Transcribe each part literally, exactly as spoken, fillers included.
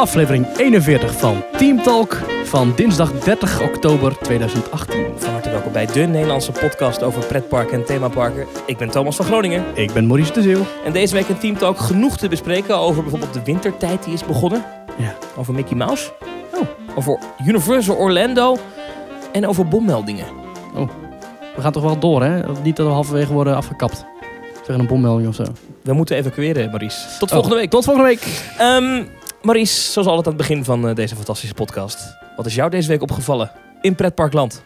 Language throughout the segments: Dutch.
aflevering eenenveertig van Team Talk van dinsdag dertig oktober tweeduizend achttien. Van harte welkom bij de Nederlandse podcast over pretparken en themaparken. Ik ben Thomas van Groningen. Ik ben Maurice de Zeeuw. En deze week in Team Talk genoeg te bespreken over bijvoorbeeld de wintertijd die is begonnen. Ja. Over Mickey Mouse. Oh. Over Universal Orlando. En over bommeldingen. Oh. We gaan toch wel door, hè? Niet dat we halverwege worden afgekapt. Tegen een bommelding of zo. We moeten evacueren, Maurice. Tot Oh, volgende week. Tot volgende week. Um, Maurice, zoals altijd aan het begin van uh, deze fantastische podcast. Wat is jou deze week opgevallen in pretparkland?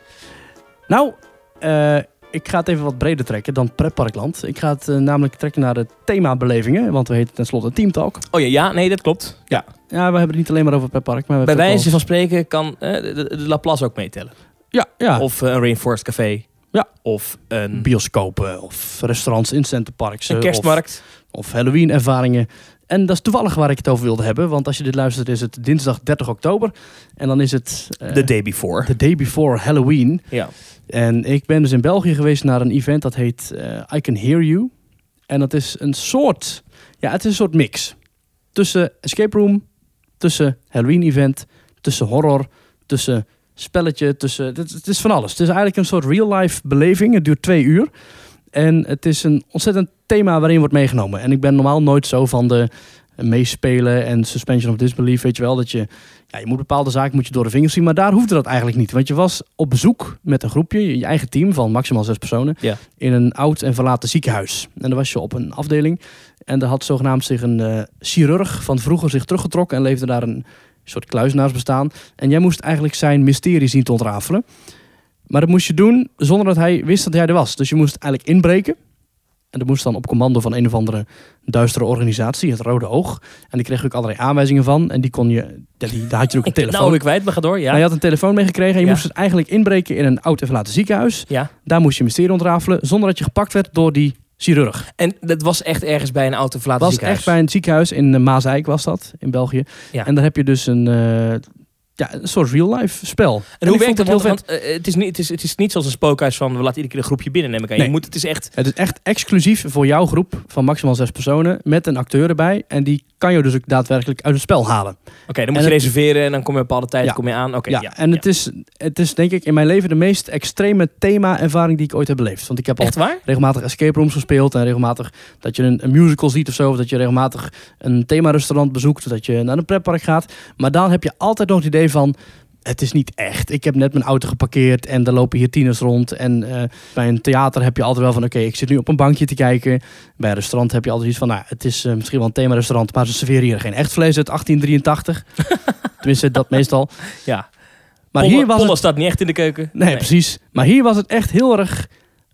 Nou, uh, ik ga het even wat breder trekken dan pretparkland. Ik ga het uh, namelijk trekken naar de themabelevingen. Want we heten tenslotte Team Talk. Oh ja, ja, nee, dat klopt. Ja, Ja, we hebben het niet alleen maar over pretpark. Maar we bij hebben het wijze ook van spreken kan uh, de, de, de Laplace ook meetellen. wel- Ja, ja. Of uh, een Rainforest Café. Ja. Of een, bioscopen of restaurants in centerparks. een kerstmarkt. Of, of Halloween ervaringen. En dat is toevallig waar ik het over wilde hebben. Want als je dit luistert is het dinsdag dertig oktober. En dan is het... Uh, The day before. The day before Halloween. Ja. En ik ben dus in België geweest naar een event dat heet uh, I Can Hear You. En dat is een soort... Ja, het is een soort mix. Tussen escape room, tussen Halloween event, tussen horror, tussen spelletje, tussen... Het, het is van alles. Het is eigenlijk een soort real-life beleving. Het duurt twee uur. En het is een ontzettend thema waarin wordt meegenomen. En ik ben normaal nooit zo van de meespelen en suspension of disbelief. Weet je wel, dat je... Ja, je moet bepaalde zaken moet je door de vingers zien. Maar daar hoefde dat eigenlijk niet. Want je was op bezoek met een groepje, je eigen team van maximaal zes personen. Ja. In een oud en verlaten ziekenhuis. En dan was je op een afdeling. En daar had zogenaamd zich een uh, chirurg van vroeger zich teruggetrokken. En leefde daar een soort kluizenaarsbestaan. En jij moest eigenlijk zijn mysterie zien te ontrafelen. Maar dat moest je doen zonder dat hij wist dat hij er was. Dus je moest eigenlijk inbreken. En dat moest dan op commando van een of andere duistere organisatie, het Rode Oog. En die kreeg je ook allerlei aanwijzingen van. En die kon je, ja, die, daar had je ook een telefoon. Nou, ik kwijt, maar ga door. Ja. Maar je had een telefoon meegekregen en je Ja. moest het eigenlijk inbreken in een oud en verlaten ziekenhuis. Ja. Daar moest je mysterie ontrafelen zonder dat je gepakt werd door die chirurg. En dat was echt ergens bij een auto verlaten Het was ziekenhuis. echt bij een ziekenhuis in uh, Maaseik was dat, in België. Ja. En daar heb je dus een, uh, ja, een soort real-life spel. En, En hoe ik werkt vond dat? het Want, want, uh, het, is niet, het, is, het is niet zoals een spookhuis van we laten iedere keer een groepje binnen, neem ik aan. Nee. Je moet, het is echt... Het is echt exclusief voor jouw groep van maximaal zes personen met een acteur erbij. En die kan je dus ook daadwerkelijk uit het spel halen. Oké, okay, dan moet En je het- reserveren en dan kom je op een bepaalde tijd Ja. kom je aan. Oké, Ja, ja, en ja. Het, is, het is denk ik in mijn leven de meest extreme thema-ervaring die ik ooit heb beleefd. Want ik heb al Echt waar? regelmatig escape rooms gespeeld. En regelmatig dat je een, een musical ziet of zo. Of dat je regelmatig een thema-restaurant bezoekt. Of dat je naar een pretpark gaat. Maar dan heb je altijd nog het idee van... Het is niet echt. Ik heb net mijn auto geparkeerd en er lopen hier tieners rond. En uh, bij een theater heb je altijd wel van... Oké, okay, ik zit nu op een bankje te kijken. Bij een restaurant heb je altijd iets van... Nou, het is uh, misschien wel een thema-restaurant... maar ze serveren hier geen echt vlees uit achttien drieëntachtig. Tenminste, dat meestal. Ja. Maar Polle, hier was Polle het... staat niet echt in de keuken. Nee, precies. Maar hier was het echt heel erg...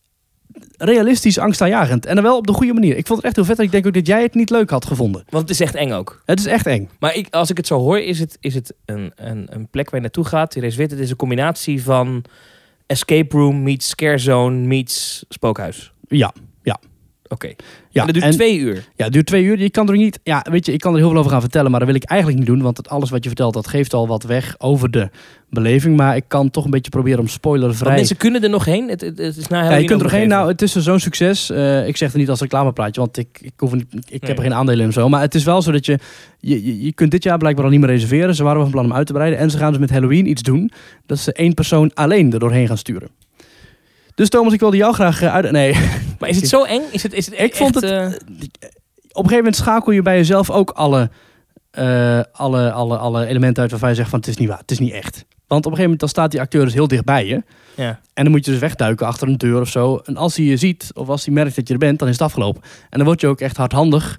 realistisch angstaanjagend. En dan wel op de goede manier. Ik vond het echt heel vet. En ik denk ook dat jij het niet leuk had gevonden. Want het is echt eng ook. Het is echt eng. Maar ik, als ik het zo hoor, is het, is het een, een, een plek waar je naartoe gaat. Je reserveert, het is een combinatie van escape room meets scare zone meets spookhuis. Ja, ja. Oké. Okay. Ja, en dat duurt en, twee uur. Ja, het duurt twee uur. Je kan er niet... Ja, weet je, ik kan er heel veel over gaan vertellen. Maar dat wil ik eigenlijk niet doen. Want het, alles wat je vertelt, dat geeft al wat weg over de beleving. Maar ik kan toch een beetje proberen om spoilervrij... Want mensen kunnen er nog heen. Het, het, het is na Ja, je kunt er nog heen. Nou, het is zo'n succes. Uh, ik zeg het niet als reclamepraatje, want ik, ik, hoef niet, ik nee. heb er geen aandelen in of zo. Maar het is wel zo dat je, je, je... Je kunt dit jaar blijkbaar al niet meer reserveren. Ze waren wel van plan om uit te breiden. En ze gaan dus met Halloween iets doen. Dat ze één persoon alleen er doorheen gaan sturen. Dus Thomas, ik wilde jou graag uh, uit... Nee. Maar is het zo eng? Is het, is het ik echt, vond het... Uh... Op een gegeven moment schakel je bij jezelf ook alle, uh, alle, alle, alle elementen uit waarvan je zegt van het is niet waar, het is niet echt. Want op een gegeven moment dan staat die acteur dus heel dicht bij je. Ja. En dan moet je dus wegduiken achter een deur of zo. En als hij je ziet of als hij merkt dat je er bent, dan is het afgelopen. En dan word je ook echt hardhandig,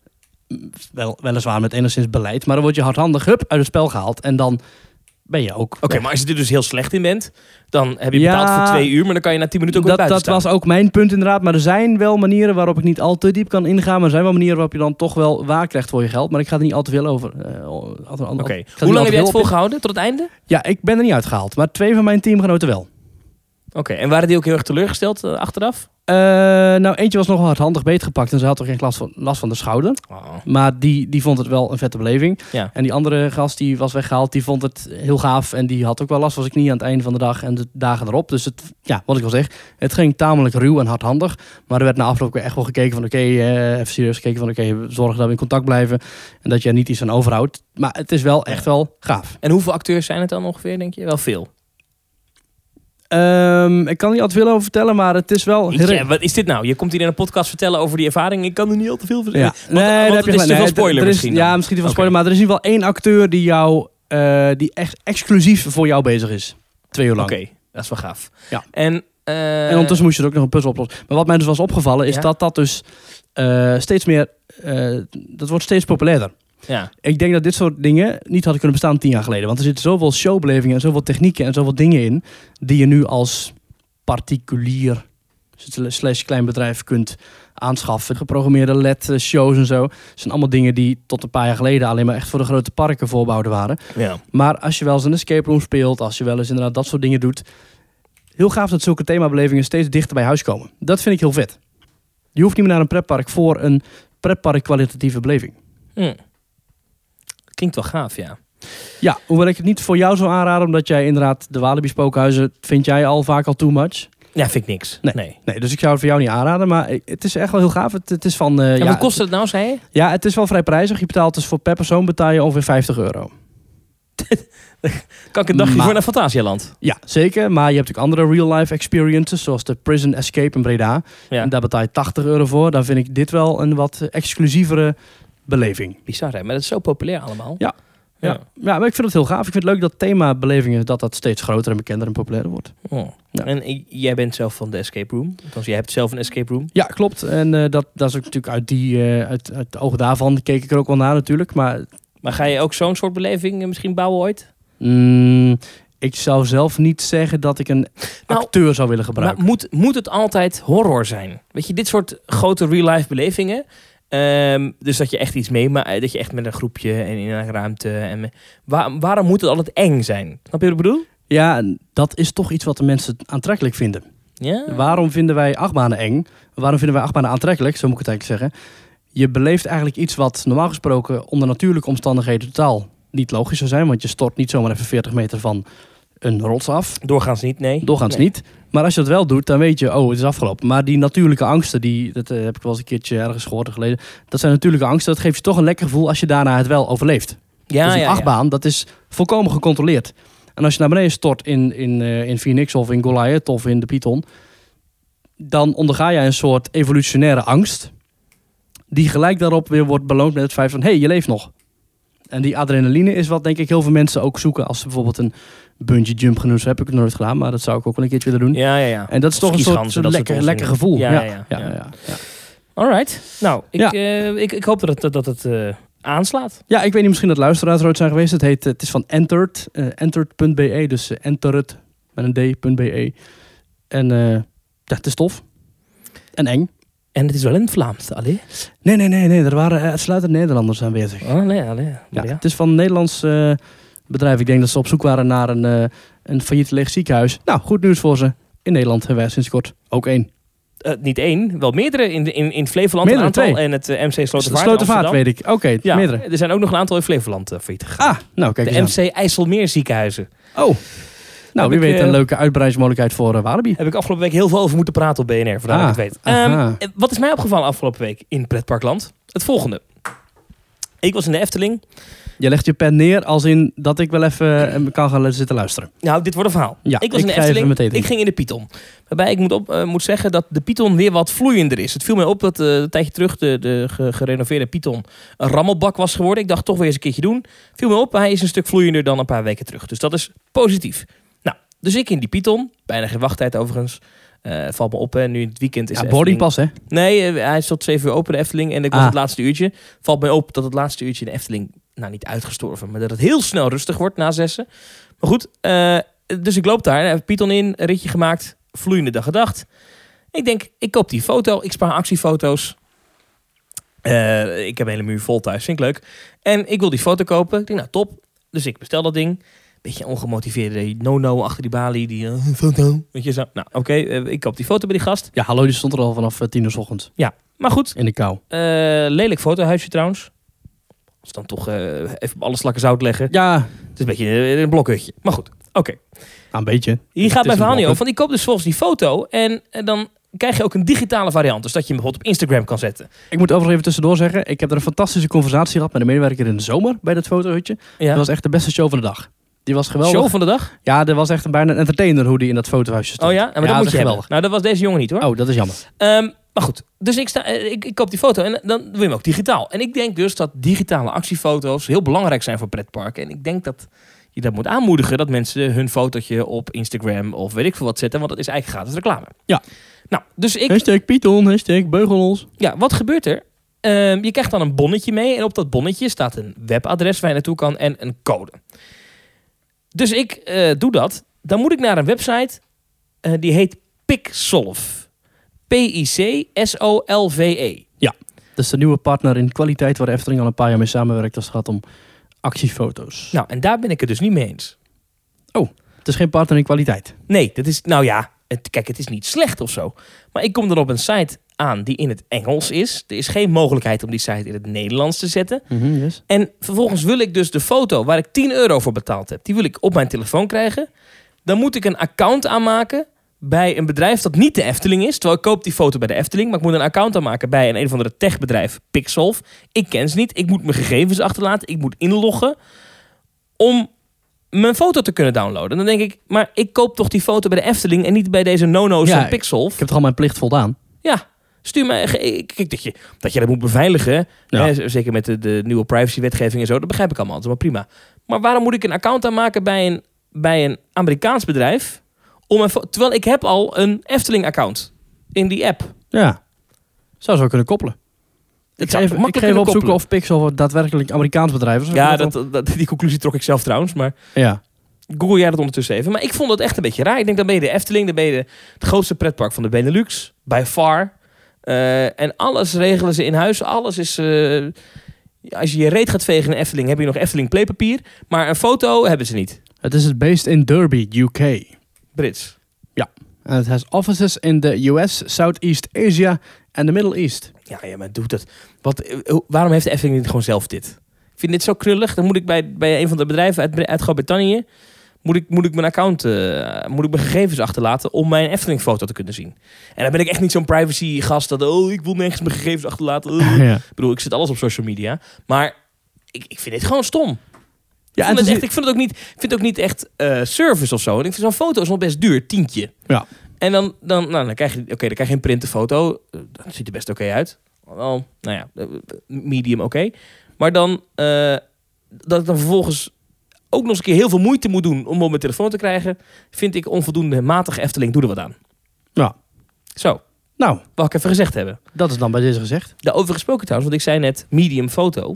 wel, weliswaar met enigszins beleid, maar dan word je hardhandig hup, uit het spel gehaald. En dan ben je ook... Oké, okay, maar als je er dus heel slecht in bent, dan heb je ja, betaald voor twee uur, maar dan kan je na tien minuten ook weer dat, buiten dat staan. was ook mijn punt inderdaad. Maar er zijn wel manieren waarop ik niet al te diep kan ingaan. Maar er zijn wel manieren waarop je dan toch wel waar krijgt voor je geld. Maar ik ga er niet al te veel over. Uh, Oké. Okay. Hoe lang heb jij het volgehouden? Tot het einde? Ja, ik ben er niet uitgehaald. Maar twee van mijn teamgenoten wel. Oké, okay. En waren die ook heel erg teleurgesteld uh, achteraf? Uh, nou, eentje was nogal hardhandig beetgepakt en ze had toch geen last van, last van de schouder. Oh. Maar die, die vond het wel een vette beleving. Ja. En die andere gast die was weggehaald, die vond het heel gaaf. En die had ook wel last van zijn knie aan het einde van de dag en de dagen erop. Dus het, ja, wat ik al zeg, het ging tamelijk ruw en hardhandig. Maar er werd na afloop echt wel gekeken van oké, okay, uh, even serieus gekeken van oké, okay, zorg dat we in contact blijven. En dat je er niet iets aan overhoudt. Maar het is wel echt wel gaaf. En hoeveel acteurs zijn het dan ongeveer, denk je? Wel veel. Um, ik kan er niet al te veel over vertellen, maar het is wel... Heel... Ja, wat is dit nou? Je komt hier in een podcast vertellen over die ervaring. Ik kan er niet al te veel vertellen. Ja. Want, nee, want heb het je is te nee, veel spoiler is, misschien. Ja, misschien te veel okay. spoiler. Maar er is in ieder geval één acteur die, jou, uh, die echt exclusief voor jou bezig is. Twee uur lang. Oké, okay, dat is wel gaaf. Ja. En, uh... en ondertussen moest je er ook nog een puzzel oplossen. Maar wat mij dus was opgevallen is ja? dat dat dus uh, steeds meer... Uh, dat wordt steeds populairder. Ja. Ik denk dat dit soort dingen niet hadden kunnen bestaan tien jaar geleden. Want er zitten zoveel showbelevingen en zoveel technieken en zoveel dingen in die je nu als particulier slash klein bedrijf kunt aanschaffen. Geprogrammeerde L E D-shows en zo. Dat zijn allemaal dingen die tot een paar jaar geleden alleen maar echt voor de grote parken voorbouwden waren. Ja. Maar als je wel eens een escape room speelt, als je wel eens inderdaad dat soort dingen doet, heel gaaf dat zulke themabelevingen steeds dichter bij huis komen. Dat vind ik heel vet. Je hoeft niet meer naar een pretpark voor een pretpark kwalitatieve beleving. Hmm. Klinkt wel gaaf, ja. Ja, hoewel ik het niet voor jou zou aanraden, omdat jij inderdaad de Walibi spookhuizen vind jij al vaak al too much. Ja, vind ik niks. Nee, nee. nee dus ik zou het voor jou niet aanraden, maar het is echt wel heel gaaf. Het, het is van... Uh, en ja, wat kost het nou, zei je? Ja, het is wel vrij prijzig. Je betaalt dus voor per persoon betaal je ongeveer vijftig euro. Kan ik een dagje maar, voor naar Fantasialand? Ja, zeker. Maar je hebt natuurlijk andere real-life experiences, zoals de Prison Escape in Breda. Ja. En daar betaal je tachtig euro voor. Dan vind ik dit wel een wat exclusievere beleving. Bizar, hè? Maar dat is zo populair allemaal. Ja. Ja. Ja. ja, maar ik vind het heel gaaf. Ik vind het leuk dat themabelevingen dat dat steeds groter en bekender en populairder wordt. Oh. Ja. En jij bent zelf van de escape room. Althans, jij hebt zelf een escape room. Ja, klopt. En uh, dat, dat is ook natuurlijk uit, die, uh, uit, uit de ogen daarvan keek ik er ook wel naar natuurlijk. Maar, maar ga je ook zo'n soort beleving misschien bouwen ooit? Mm, ik zou zelf niet zeggen dat ik een nou, acteur zou willen gebruiken. Maar moet, moet het altijd horror zijn? Weet je, dit soort grote real-life belevingen... Um, dus dat je echt iets meemaakt, dat je echt met een groepje en in een ruimte. En me, waar, waarom moet het altijd eng zijn? Snap je wat ik bedoel? Ja, dat is toch iets wat de mensen aantrekkelijk vinden. Ja? Waarom vinden wij achtbanen eng? Waarom vinden wij achtbanen aantrekkelijk? Zo moet ik het eigenlijk zeggen. Je beleeft eigenlijk iets wat normaal gesproken onder natuurlijke omstandigheden totaal niet logisch zou zijn. Want je stort niet zomaar even veertig meter van een rots af. Doorgaans niet, nee. Doorgaans nee. niet. Maar als je dat wel doet, dan weet je, oh, het is afgelopen. Maar die natuurlijke angsten, die, dat uh, heb ik wel eens een keertje ergens gehoord geleden. Dat zijn natuurlijke angsten. Dat geeft je toch een lekker gevoel als je daarna het wel overleeft. Ja, dus die ja, achtbaan, ja. dat is volkomen gecontroleerd. En als je naar beneden stort in, in, uh, in Phoenix of in Goliath of in de Python, dan onderga jij een soort evolutionaire angst. Die gelijk daarop weer wordt beloond met het feit van, hé, hey, je leeft nog. En die adrenaline is wat denk ik heel veel mensen ook zoeken als ze bijvoorbeeld een bungee jump genoemd. Zo heb ik het nooit gedaan, maar dat zou ik ook wel een keertje willen doen. Ja, ja, ja. En dat is toch een soort, soort lekker, soort lekker gevoel. Ja, ja, ja. ja, ja, ja, ja. Alright. Nou, ik, ja. uh, ik, ik hoop dat het, dat het uh, aanslaat. Ja, ik weet niet, misschien dat luisteraars rood zijn geweest. Het, heet, het is van Entered, uh, entered punt b e, dus uh, Entered met een d punt b e. En uh, ja, het is tof. En eng. En het is wel in het Vlaams, allee? Nee, nee, nee, nee. Er waren uitsluitend Nederlanders aanwezig. Oh, nee, allee. Ja, ja. Het is van een Nederlands uh, bedrijf. Ik denk dat ze op zoek waren naar een, uh, een failliet leeg ziekenhuis. Nou, goed nieuws voor ze. In Nederland hebben wij sinds kort ook één. Uh, niet één, wel meerdere. In, in, in Flevoland meerdere, een aantal. Twee. En het uh, M C Slotervaart. Slotervaart weet ik. Oké, okay, ja, meerdere. Er zijn ook nog een aantal in Flevoland uh, failliet gegaan. Ah, nou kijk eens De M C IJsselmeer ziekenhuizen. Oh. Nou, wie ik, weet een uh, leuke uitbreidingsmogelijkheid voor uh, Walibi. Heb ik afgelopen week heel veel over moeten praten op B N R, vandaar ah, dat ik het weet. Um, wat is mij opgevallen afgelopen week in Pretparkland? Het volgende. Ik was in de Efteling. Je legt je pen neer als in dat ik wel even uh, kan gaan zitten luisteren. Nou, dit wordt een verhaal. Ja, ik was ik in de Efteling. Ik ging in de Python. Waarbij ik moet, op, uh, moet zeggen dat de Python weer wat vloeiender is. Het viel mij op dat uh, een tijdje terug de, de gerenoveerde Python een rammelbak was geworden. Ik dacht toch weer eens een keertje doen. Viel me op, hij is een stuk vloeiender dan een paar weken terug. Dus dat is positief. Nou, dus ik in die Python. Bijna geen wachttijd overigens. Uh, valt me op, hè. Nu in het weekend is ja, de boardingpas, hè? Nee, uh, hij is tot zeven uur open, de Efteling. En ik was ah. het laatste uurtje. Valt mij op dat het laatste uurtje in de Efteling, nou niet uitgestorven, maar dat het heel snel rustig wordt na zessen. Maar goed, uh, dus ik loop daar. Heb Python in, een ritje gemaakt. Vloeiende dag gedacht. Ik denk, ik koop die foto. Ik spaar actiefoto's. Uh, ik heb een hele muur vol thuis, vind ik leuk. En ik wil die foto kopen. Ik denk, nou top. Dus ik bestel dat ding. beetje ongemotiveerde no-no achter die balie. Die uh, foto. Weet je zo. Nou, oké. Okay, uh, ik koop die foto bij die gast. Ja, hallo, die stond er al vanaf uh, tien uur 's ochtends. Ja, maar goed. In de kou. Uh, lelijk fotohuisje trouwens. Als dan toch uh, even op alle slakken zout leggen. Ja. Het is een beetje een, een blokhutje. Maar goed, oké. Okay. Nou, een beetje. Hier gaat mijn verhaal niet over. Want ik koop dus volgens die foto. En, en dan krijg je ook een digitale variant. Dus dat je hem bijvoorbeeld op Instagram kan zetten. Ik moet overigens even tussendoor zeggen. Ik heb er een fantastische conversatie gehad met een medewerker in de zomer. Bij dat fotohutje. Ja. Dat was echt de beste show van de dag. Die was geweldig. Show van de dag? Ja, er was echt een, bijna een entertainer hoe die in dat fotohuisje stond. Oh ja? Maar ja, dat moet je geweldig. hebben. Nou, dat was deze jongen niet hoor. Oh, dat is jammer. Um, maar goed, dus ik, sta, ik, ik koop die foto en dan wil je hem ook digitaal. En ik denk dus dat digitale actiefoto's heel belangrijk zijn voor pretparken. En ik denk dat je dat moet aanmoedigen, dat mensen hun fotootje op Instagram of weet ik veel wat zetten. Want dat is eigenlijk gratis reclame. Ja. Nou, dus ik... Hashtag Python, hashtag Beugelons. Ja, wat gebeurt er? Um, je krijgt dan een bonnetje mee. En op dat bonnetje staat een webadres waar je naartoe kan en een code. Dus ik uh, doe dat. Dan moet ik naar een website. Uh, die heet Picsolve. P I C S O L V E. Ja, dat is de nieuwe partner in kwaliteit waar de Efteling al een paar jaar mee samenwerkt als het gaat om actiefoto's. Nou, en daar ben ik het dus niet mee eens. Oh, het is geen partner in kwaliteit. Nee, dat is, nou ja, het, kijk, het is niet slecht of zo. Maar ik kom dan op een site aan die in het Engels is. Er is geen mogelijkheid om die site in het Nederlands te zetten. Mm-hmm, yes. En vervolgens wil ik dus de foto waar ik tien euro voor betaald heb, die wil ik op mijn telefoon krijgen. Dan moet ik een account aanmaken bij een bedrijf dat niet de Efteling is. Terwijl ik koop die foto bij de Efteling. Maar ik moet een account aanmaken bij een een of andere techbedrijf, Picsolve. Ik ken ze niet. Ik moet mijn gegevens achterlaten. Ik moet inloggen om mijn foto te kunnen downloaden. Dan denk ik, maar ik koop toch die foto bij de Efteling en niet bij deze no-no's Ja, van Picsolve. Ik heb toch al mijn plicht voldaan. Ja, stuur mij. Kijk, dat je, dat je dat moet beveiligen. Ja. Hè, zeker met de, de nieuwe privacywetgeving en zo. Dat begrijp ik allemaal. Dat is wel prima. Maar waarom moet ik een account aanmaken bij een, bij een Amerikaans bedrijf? Om een, terwijl ik heb al een Efteling-account in die app. Ja, zou zo kunnen koppelen. Ik Ik zou ga het even, ik ga makkelijk even kunnen opzoeken of Pixel daadwerkelijk Amerikaans bedrijf is. Ja, dat, dat, die conclusie trok ik zelf trouwens. Maar Ja. Google jij dat ondertussen even. Maar ik vond dat echt een beetje raar. Ik denk, dan ben je de Efteling. Dan ben je de, het grootste pretpark van de Benelux. By far. Uh, en alles regelen ze in huis. Alles is... Uh, als je je reet gaat vegen in de Efteling, heb je nog Efteling playpapier. Maar een foto hebben ze niet. Het is based in Derby, U K. Brits. Ja. En het has offices in de U S, Southeast Asia en de Middle East. Ja, ja, maar doe dat. Wat, waarom heeft de Efteling niet gewoon zelf dit? Ik vind dit zo krullig. Dan moet ik bij, bij een van de bedrijven uit, uit Groot-Brittannië... Moet ik, moet ik mijn account, uh, moet ik mijn gegevens achterlaten om mijn Efteling-foto te kunnen zien. En dan ben ik echt niet zo'n privacy-gast dat, oh, ik wil nergens mijn gegevens achterlaten. Uh. Ja. Ik bedoel, ik zit alles op social media. Maar ik, ik vind dit gewoon stom. Ja, ik, vind en het echt, ik vind het ook niet, ik vind het ook niet echt uh, service of zo. En ik vind zo'n foto is nog best duur, tientje. Ja. En dan, dan, nou, dan krijg je, oké, okay, dan krijg je een printen foto. Uh, dat ziet er best oké okay uit. Wel, nou ja, medium oké. Okay. Maar dan, uh, dat ik dan vervolgens ook nog eens een keer heel veel moeite moet doen om op mijn telefoon te krijgen, vind ik onvoldoende matig. Efteling, doe er wat aan. Ja. Zo. Nou. Wat ik even gezegd hebben. Dat is dan bij deze gezegd. Daarover gesproken trouwens, want ik zei net medium foto.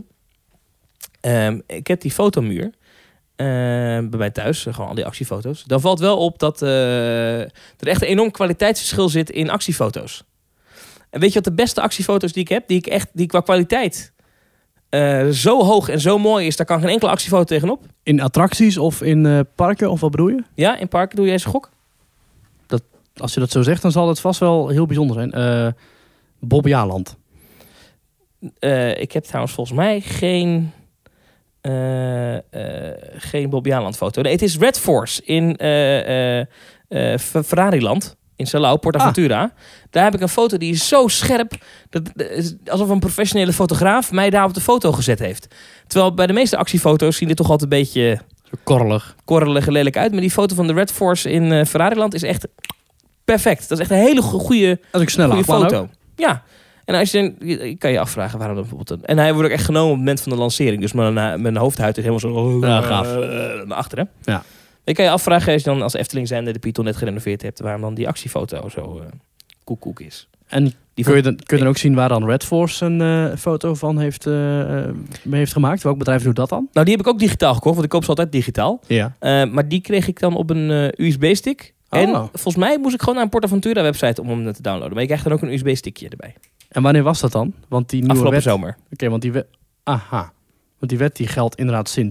Um, ik heb die fotomuur uh, bij mij thuis, gewoon al die actiefoto's. Dan valt wel op dat uh, er echt een enorm kwaliteitsverschil zit in actiefoto's. En weet je wat de beste actiefoto's die ik heb, die ik echt, die qua kwaliteit Uh, zo hoog en zo mooi is, daar kan geen enkele actiefoto tegenop. In attracties of in uh, parken, of wat bedoel je? Ja, in parken doe jij eens een gok? Dat, als je dat zo zegt, dan zal het vast wel heel bijzonder zijn. Uh, Bobbejaanland. Uh, ik heb trouwens volgens mij geen, uh, uh, geen Bobbejaanland foto. Nee, het is Red Force in uh, uh, uh, Ferrariland. In Salau, Portaventura. Ah. Daar heb ik een foto die is zo scherp. Dat, dat, alsof een professionele fotograaf mij daar op de foto gezet heeft. Terwijl bij de meeste actiefoto's zien dit toch altijd een beetje korrelig. korrelig en lelijk uit. Maar die foto van de Red Force in uh, Ferrariland is echt perfect. Dat is echt een hele goede, goede foto. Ook. Ja. En als je, je kan je afvragen waarom dan bijvoorbeeld. En hij wordt ook echt genomen op het moment van de lancering. Dus mijn, mijn hoofdhuid is helemaal zo ja, gaaf. naar achteren. Ja. Je kan je afvragen als je dan als Efteling-zender de Python net gerenoveerd hebt, waarom dan die actiefoto zo uh, koek koek is. En die kun, je dan, kun je dan ook zien waar dan Red Force een uh, foto van heeft, uh, mee heeft gemaakt? Welk bedrijf doet dat dan? Nou, die heb ik ook digitaal gekocht, want ik koop ze altijd digitaal. Ja. Uh, maar die kreeg ik dan op een uh, U S B-stick. Oh. En volgens mij moest ik gewoon naar een Portaventura-website om hem te downloaden. Maar je krijgt dan ook een U S B-stickje erbij. En wanneer was dat dan? Want die nieuwe Afgelopen wet... zomer. Oké, okay, want die wet... Aha. Want die wet die geldt inderdaad sinds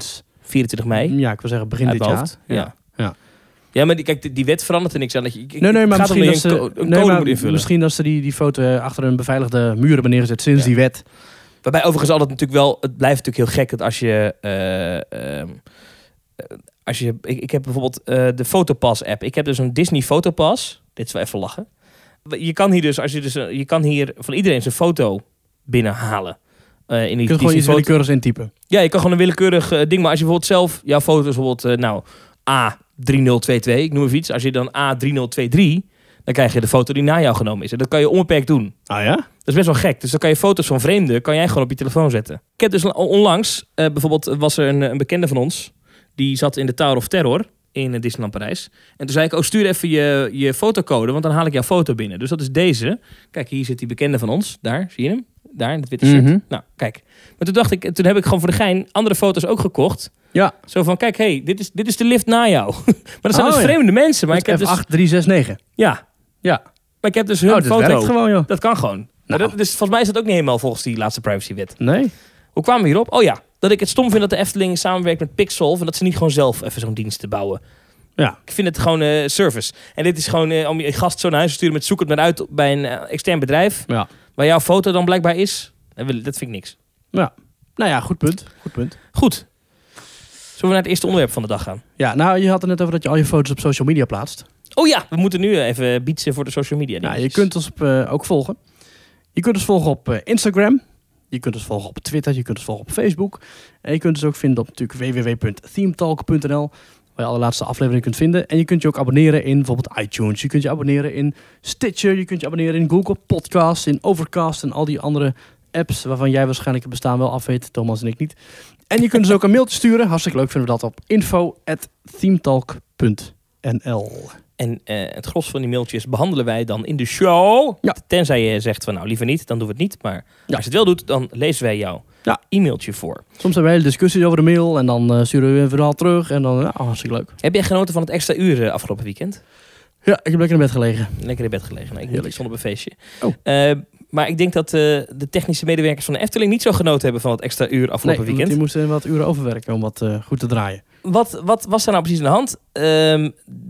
vierentwintig mei. Ja, ik wil zeggen begin Uit dit mijn jaar. hoofd. Ja. Ja. Ja, maar die, kijk, die- die wet verandert er niks aan. Dat je, ik, Nee, nee, maar het gaat misschien om dat dat je ze, een, co- een nee, code maar moet invullen. misschien dat ze die, die foto eh, achter een beveiligde muur hebben neergezet sinds Ja. die wet. Waarbij overigens altijd natuurlijk wel... Het blijft natuurlijk heel gek dat als je... eh, ehm, eh, als je ik, ik heb bijvoorbeeld eh, de Fotopass-app. Ik heb dus een Disney Fotopass. Dit is wel even lachen. Je kan hier dus... Als je, dus eh, je kan hier van iedereen zijn foto binnenhalen. Eh, in die, Je kunt gewoon Disney iets foto- willekeurigs intypen. Ja, je kan gewoon een willekeurig eh, ding... Maar als je bijvoorbeeld zelf... Jouw foto is bijvoorbeeld... eh, nou, A drie nul twee twee. Ik noem even iets. Als je dan A drie nul twee drie... Dan krijg je de foto die na jou genomen is. En dat kan je onbeperkt doen. Ah ja? Dat is best wel gek. Dus dan kan je foto's van vreemden kan jij gewoon op je telefoon zetten. Ik heb dus onlangs, uh, bijvoorbeeld was er een, een bekende van ons. Die zat in de Tower of Terror in Disneyland Parijs. En toen zei ik, oh stuur even je, je fotocode, want dan haal ik jouw foto binnen. Dus dat is deze. Kijk, hier zit die bekende van ons. Daar, zie je hem? Daar, in het witte shirt. Mhm. Nou, kijk. Maar toen dacht ik, toen heb ik gewoon voor de gein andere foto's ook gekocht. Ja. Zo van, kijk, hey, dit is, dit is de lift na jou. Maar dat zijn Oh, dus ja. vreemde mensen. Maar ik heb F dus, acht drie zes negen. ja, Ja. maar ik heb dus hun Oh, dit foto. werkt gewoon, joh. Dat kan gewoon. Maar Nou. dat, dus volgens mij is dat ook niet helemaal volgens die laatste privacywet. Nee? Hoe kwamen we hierop? Oh ja, dat ik het stom vind dat de Efteling samenwerkt met Pixolve en dat ze niet gewoon zelf even zo'n dienst te bouwen. Ja. Ik vind het gewoon eh, service. En dit is gewoon eh, om je gast zo naar huis te sturen met zoek het maar uit bij een eh, extern bedrijf. Ja. Waar jouw foto dan blijkbaar is. Dat wil- dat vind ik niks. Ja. Nou ja, goed punt. Goed punt. Goed. Zullen we naar het eerste onderwerp van de dag gaan? Ja, nou, je had het net over dat je al je foto's op social media plaatst. Oh ja, we moeten nu even bietsen voor de social media. Nou, je dingetjes. kunt ons op, eh, ook volgen. Je kunt ons volgen op eh, Instagram. Je kunt ons volgen op Twitter. Je kunt ons volgen op Facebook. En je kunt ons ook vinden op natuurlijk w w w punt themetalk punt n l. Waar je alle laatste afleveringen kunt vinden. En je kunt je ook abonneren in bijvoorbeeld iTunes. Je kunt je abonneren in Stitcher. Je kunt je abonneren in Google Podcasts. In Overcast en al die andere apps waarvan jij waarschijnlijk het bestaan wel af weet. Thomas en ik niet. En je kunt dus ook een mailtje sturen. Hartstikke leuk vinden we dat op info at themetalk punt n l. En eh, het gros van die mailtjes behandelen wij dan in de show. Ja. Tenzij je zegt van nou liever niet, dan doen we het niet. Maar Ja. als je het wel doet, dan lezen wij jouw Ja. e-mailtje voor. Soms hebben we hele discussies over de mail. En dan uh, sturen we een verhaal terug. En dan, ja, hartstikke leuk. Heb jij genoten van het extra uur eh, afgelopen weekend? Ja, ik heb lekker in bed gelegen. Lekker in bed gelegen. Nou, ik niet, Heerlijk. ik stond op een feestje. Oh. Eh, maar ik denk dat eh, de technische medewerkers van de Efteling niet zo genoten hebben van het extra uur afgelopen Nee, weekend. die moesten wat uren overwerken om wat uh, goed te draaien. Wat, wat was daar nou precies aan de hand? Ehm,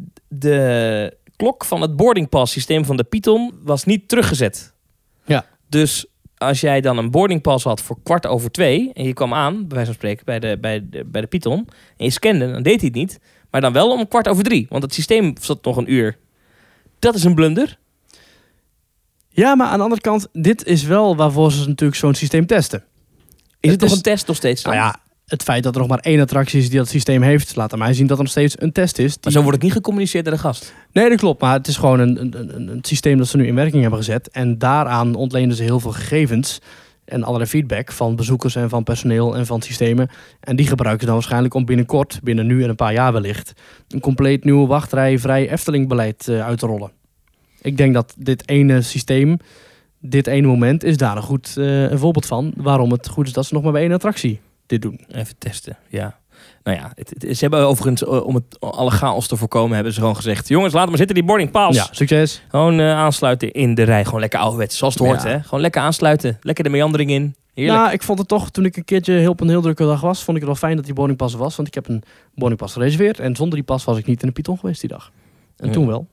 de klok van het boardingpass systeem van de Python was niet teruggezet. Ja. Dus als jij dan een boardingpass had voor kwart over twee en je kwam aan, bij wijze van spreken, bij de, bij de, bij de Python en je scande, dan deed hij het niet. Maar dan wel om kwart over drie, want het systeem zat nog een uur. Dat is een blunder. Ja, maar aan de andere kant, dit is wel waarvoor ze natuurlijk zo'n systeem testen. Is het, Het nog is- een test nog steeds dan? Nou ja, het feit dat er nog maar één attractie is die dat systeem heeft, laat aan mij zien dat er nog steeds een test is. Maar Die... zo wordt het niet gecommuniceerd naar de gast. Nee, dat klopt. Maar het is gewoon een, een, een, een systeem dat ze nu in werking hebben gezet. En daaraan ontlenen ze heel veel gegevens en allerlei feedback van bezoekers en van personeel en van systemen. En die gebruiken ze dan waarschijnlijk om binnenkort, binnen nu en een paar jaar wellicht, een compleet nieuwe wachtrijvrij Efteling-beleid uh, uit te rollen. Ik denk dat dit ene systeem, dit ene moment, is daar een goed uh, een voorbeeld van. Waarom het goed is dat ze nog maar bij één attractie dit doen. Even testen, ja. Nou ja, het, het- ze hebben overigens, uh, om het, alle chaos te voorkomen, hebben ze gewoon gezegd, jongens, laat maar zitten die boarding pass. Ja, succes. Gewoon uh, aansluiten in de rij. Gewoon lekker ouderwets, zoals het hoort. Ja. Hè? Gewoon lekker aansluiten. Lekker de meandering in. Heerlijk. Nou, ik vond het toch, toen ik een keertje heel op een heel drukke dag was, vond ik het wel fijn dat die boardingpas er was. Want ik heb een boardingpas gereserveerd. En zonder die pas was ik niet in de Python geweest die dag. En Ja. toen wel.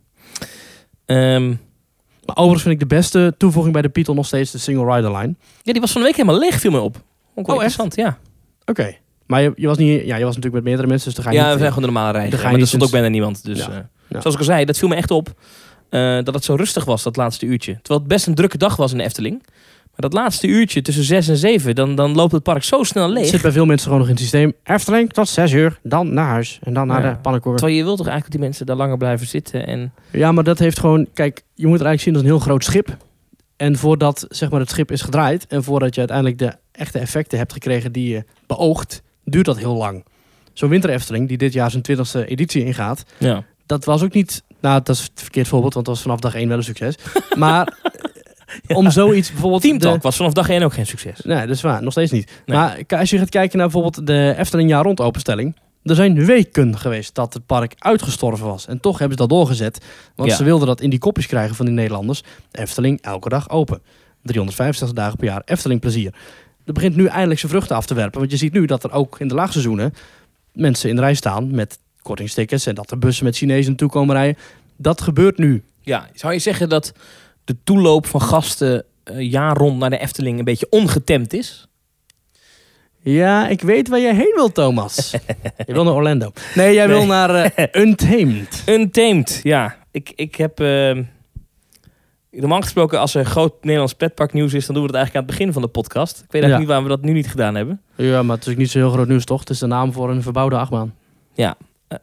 Ehm, Maar overigens vind ik de beste toevoeging bij de Python nog steeds de single rider line. ja, die was van de week helemaal leeg, viel me op. Ook wel Oh, echt? interessant, ja. Oké. Maar je, je, was niet, ja, je was natuurlijk met meerdere mensen, dus dan ga je Ja, niet... we zijn gewoon de normale rij. dan ga je Maar er niet stond ook sinds- bijna niemand. Dus, Ja. eh, Ja. zoals ik al zei, dat viel me echt op. eh, dat het zo rustig was, dat laatste uurtje. Terwijl het best een drukke dag was in de Efteling. Maar dat laatste uurtje tussen zes en zeven, dan, dan loopt het park zo snel Het leeg. zit bij veel mensen gewoon nog in het systeem. Efteling tot zes uur, dan naar huis. En dan naar Ja. de pannenkoek. Terwijl je wilt toch eigenlijk dat die mensen daar langer blijven zitten. En Ja, maar dat heeft gewoon... Kijk, je moet het eigenlijk zien als een heel groot schip. En voordat zeg maar, het schip is gedraaid... en voordat je uiteindelijk de echte effecten hebt gekregen die je beoogt... duurt dat heel lang. Zo'n Winter Efteling, die dit jaar zijn twintigste editie ingaat... ja. dat was ook niet... Nou, dat is het verkeerd voorbeeld, want dat was vanaf dag één wel een succes. Maar om zoiets bijvoorbeeld... Team de- Talk was vanaf dag één ook geen succes. Nee, dat is waar. Nog steeds niet. Nee. Maar k- als je gaat kijken naar bijvoorbeeld de Efteling jaar rond openstelling... Er zijn weken geweest dat het park uitgestorven was. En toch hebben ze dat doorgezet. Want Ja. ze wilden dat in die kopjes krijgen van die Nederlanders. Efteling elke dag open. driehonderdvijfenzestig dagen per jaar Efteling plezier. Dat begint nu eindelijk zijn vruchten af te werpen. Want je ziet nu dat er ook in de laagseizoenen... mensen in de rij staan met kortingstickets en dat er bussen met Chinezen naartoe komen rijden. Dat gebeurt nu. Ja, zou je zeggen dat de toeloop van gasten uh, jaar rond naar de Efteling een beetje ongetemd is? Ja, ik weet waar jij heen wil, Thomas. Je wil naar Orlando. Nee, jij nee. wil naar uh, Untamed. Untamed, ja. Ik, ik heb... Uh, normaal gesproken, als er groot Nederlands pretparknieuws is, dan doen we dat eigenlijk aan het begin van de podcast. Ik weet eigenlijk ja. niet waarom we dat nu niet gedaan hebben. Ja, maar het is ook niet zo heel groot nieuws, toch? Het is de naam voor een verbouwde achtbaan. Ja. Uh,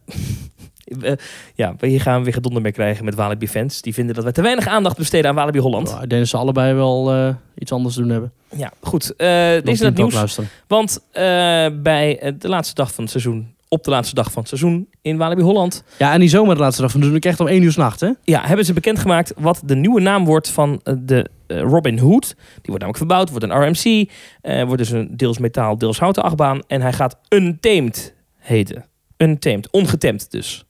uh, ja, hier gaan we weer gedonder mee krijgen met Walibi fans. Die vinden dat we te weinig aandacht besteden aan Walibi Holland. Ja, ik denk dat ze allebei wel uh, iets anders doen hebben. Ja, goed. Uh, dit is het nieuws. Luisteren. Want uh, bij de laatste dag van het seizoen, op de laatste dag van het seizoen in Walibi Holland. Ja, en die zomer de laatste dag van het seizoen, echt om één uur 's nacht, hè? Ja, hebben ze bekendgemaakt wat de nieuwe naam wordt van de uh, Robin Hood. Die wordt namelijk verbouwd, wordt een R M C. Uh, wordt dus een deels metaal, deels houten achtbaan. En hij gaat Untamed heten. Untamed, ongetemd dus.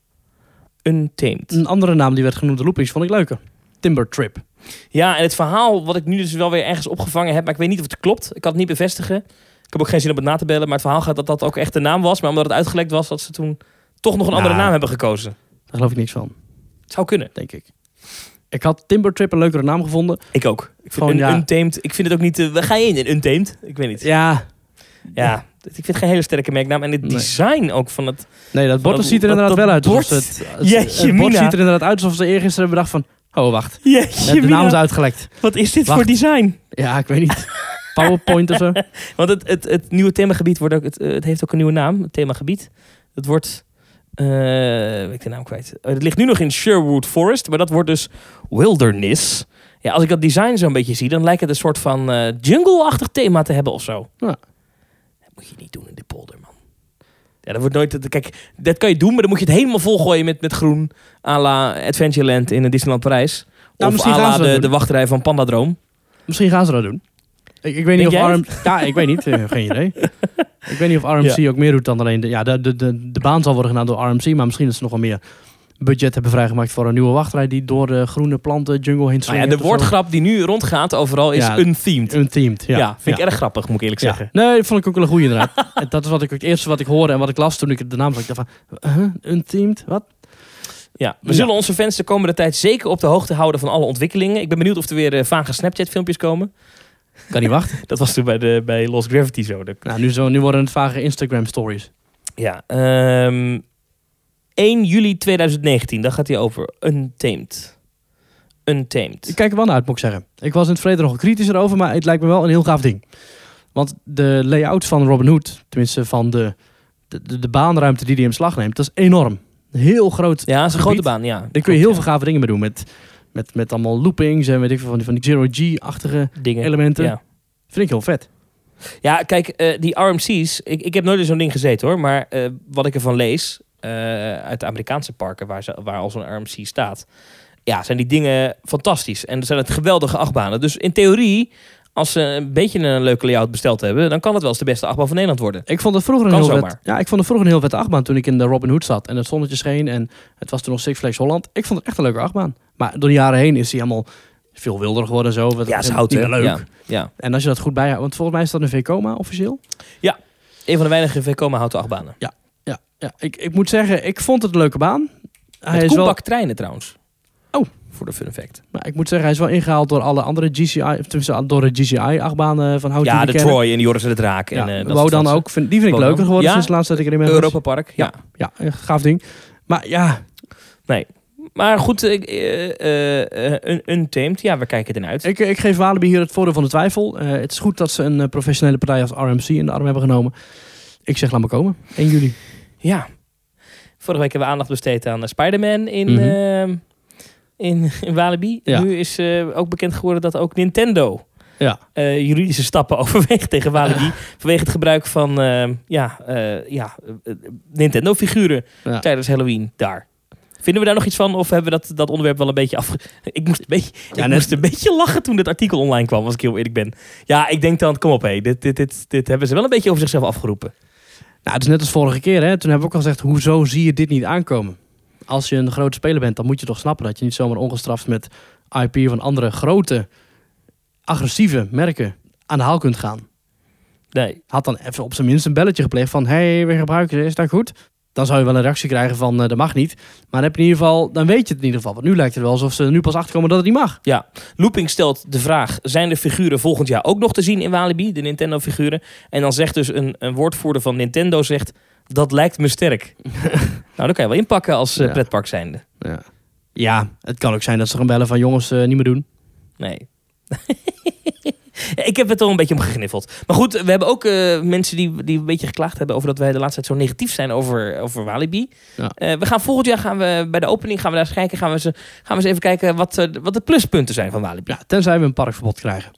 Untamed. Een andere naam die werd genoemd, de Loopings, vond ik leuker. Timber Trip. Ja, en het verhaal wat ik nu dus wel weer ergens opgevangen heb, maar ik weet niet of het klopt. Ik kan het niet bevestigen. Ik heb ook geen zin om het na te bellen, maar het verhaal gaat dat dat ook echt de naam was. Maar omdat het uitgelekt was, dat ze toen toch nog een nou, andere naam hebben gekozen. Daar geloof ik niks van. Het zou kunnen. Denk ik. Ik had Timber Trip een leukere naam gevonden. Ik ook. Ik vind Gewoon, un- ja. Untamed, ik vind het ook niet... Uh, waar ga je in, in Untamed? Ik weet niet. Ja. Ja. Ik vind het geen hele sterke merknaam. En het nee. design ook van het... Nee, dat bord dat, ziet er inderdaad dat, wel uit. Bord, het het, Jeetje, het bord Mina. ziet er inderdaad uit alsof ze eergisteren hebben bedacht van... Oh, wacht. Jeetje, de Mina. naam is uitgelekt. Wat is dit wacht. voor design? Ja, ik weet niet. PowerPoint of zo. Want het, het, het nieuwe themagebied wordt ook... Het, het heeft ook een nieuwe naam. Het themagebied. Het wordt... Uh, weet ik de naam kwijt. Uh, het ligt nu nog in Sherwood Forest. Maar dat wordt dus Wilderness. Ja, als ik dat design zo'n beetje zie... Dan lijkt het een soort van uh, jungle-achtig thema te hebben of zo. Ja. Moet je niet doen in de polder, man. Ja, dat wordt nooit... Kijk, dat kan je doen, maar dan moet je het helemaal volgooien met, met groen. À la Adventureland in Disneyland Parijs. Nou, of à la de, de wachtrij van Pandadroom. Misschien gaan ze dat doen. Ik, ik weet niet Denk of jij? R M C... Ja, ik weet niet. Uh, geen idee. Ik weet niet of R M C ja. ook meer doet dan alleen... De, ja, de, de, de, de baan zal worden gedaan door R M C, maar misschien dat ze nog wel meer budget hebben vrijgemaakt voor een nieuwe wachtrij die door de groene planten jungle heen swingt. Nou ja, de woordgrap die nu rondgaat overal is ja, unthemed. Unthemed, ja. ja vind ja. ik erg grappig, moet ik eerlijk ja. zeggen. Nee, dat vond ik ook wel een goeie inderdaad. Dat is wat ik, het eerste wat ik hoorde en wat ik las toen ik de naam zag. Ik dacht van, uh, unthemed, wat? Ja, we zullen ja. onze fans de komende tijd zeker op de hoogte houden van alle ontwikkelingen. Ik ben benieuwd of er weer uh, vage Snapchat-filmpjes komen. Kan niet wachten. Dat was toen bij, de, bij Lost Gravity zo. De... Nou, nu, zo, nu worden het vage Instagram-stories. Ja, um, één juli tweeduizend negentien, dan gaat hij over Untamed. Untamed. Ik kijk er wel naar uit, moet ik zeggen. Ik was in het verleden nog kritischer over, maar het lijkt me wel een heel gaaf ding. Want de layout van Robin Hood, tenminste van de, de, de, de baanruimte die hij in beslag neemt, dat is enorm. Heel groot. Ja, dat is een grote baan, ja. Daar kun je heel ja. veel gave dingen mee doen. Met, met, met allemaal loopings en weet ik veel van die, van die zero-G-achtige dingen. Elementen. Ja. Vind ik heel vet. Ja, kijk, uh, die R M C's, ik, ik heb nooit in zo'n ding gezeten hoor, maar uh, wat ik ervan lees, uh, uit de Amerikaanse parken waar, ze, waar al zo'n R M C staat, ja, zijn die dingen fantastisch. En er zijn het geweldige achtbanen. Dus in theorie, als ze een beetje een leuke layout besteld hebben, dan kan het wel eens de beste achtbaan van Nederland worden. Ik vond het vroeger een heel vet, ja, ik vond het vroeger een heel vette achtbaan toen ik in de Robin Hood zat en het zonnetje scheen en het was toen nog Six Flags Holland. Ik vond het echt een leuke achtbaan. Maar door de jaren heen is hij helemaal veel wilder geworden zo. Wat ja, is hout, niet meer leuk. Ja, ja. En als je dat goed bijhoudt, want volgens mij is dat een Vekoma officieel. Ja, een van de weinige Vekoma houten achtbanen. Ja, ja, ja. Ik, ik moet zeggen, ik vond het een leuke baan. Hij Met is wel treinen trouwens. Oh, voor de fun effect. Maar ik moet zeggen, hij is wel ingehaald door alle andere G C I, of tenminste door de G C I-achtbanen van hout. Ja, de kennen. Troy en die Joris en de Draak. Ja, en, uh, Wou dan ook, vind, die vind ik leuker geworden ja. sinds de laatste dat ik erin ben. Europa Park. Ja. ja, ja, gaaf ding. Maar ja, nee. Maar goed, uh, uh, uh, Untamed, ja, we kijken ernaar uit. Ik, ik geef Walibi hier het voordeel van de twijfel. Uh, het is goed dat ze een uh, professionele partij als R M C in de arm hebben genomen. Ik zeg, laat maar komen. één juli. Ja. Vorige week hebben we aandacht besteed aan uh, Spider-Man in, mm-hmm. uh, in, in Walibi. Ja. Nu is uh, ook bekend geworden dat ook Nintendo ja. uh, juridische stappen overweegt tegen Walibi. Uh. Vanwege het gebruik van uh, ja, uh, ja, uh, Nintendo-figuren ja. tijdens Halloween daar. Vinden we daar nog iets van? Of hebben we dat, dat onderwerp wel een beetje afge... Ik moest een beetje, ja, ik moest een beetje lachen toen dit artikel online kwam, als ik heel eerlijk ben. Ja, ik denk dan, kom op hé, dit, dit, dit, dit hebben ze wel een beetje over zichzelf afgeroepen. Nou, het is net als vorige keer, hè. Toen hebben we ook al gezegd, hoezo zie je dit niet aankomen? Als je een grote speler bent, dan moet je toch snappen dat je niet zomaar ongestraft met I P van andere grote, agressieve merken aan de haal kunt gaan. Nee. Had dan even op zijn minst een belletje gepleegd van... hé, hey, we gebruiken ze, is dat goed? Dan zou je wel een reactie krijgen van, uh, dat mag niet. Maar dan, heb je in ieder geval, dan weet je het in ieder geval. Want nu lijkt het wel alsof ze er nu pas achterkomen dat het niet mag. Ja, Looping stelt de vraag... zijn de figuren volgend jaar ook nog te zien in Walibi? De Nintendo-figuren. En dan zegt dus een, een woordvoerder van Nintendo... zegt, dat lijkt me sterk. Nou, dan kan je wel inpakken als uh, Ja. pretpark zijnde. Ja. ja, het kan ook zijn dat ze gaan bellen van... jongens, uh, niet meer doen. Nee. Ja, ik heb het er een beetje om gegniffeld. Maar goed, we hebben ook uh, mensen die, die een beetje geklaagd hebben... over dat wij de laatste tijd zo negatief zijn over, over Walibi. Ja. Uh, we gaan volgend jaar gaan we bij de opening gaan we daar eens kijken. Gaan we, ze, gaan we eens even kijken wat, uh, wat de pluspunten zijn van Walibi. Ja, tenzij we een parkverbod krijgen.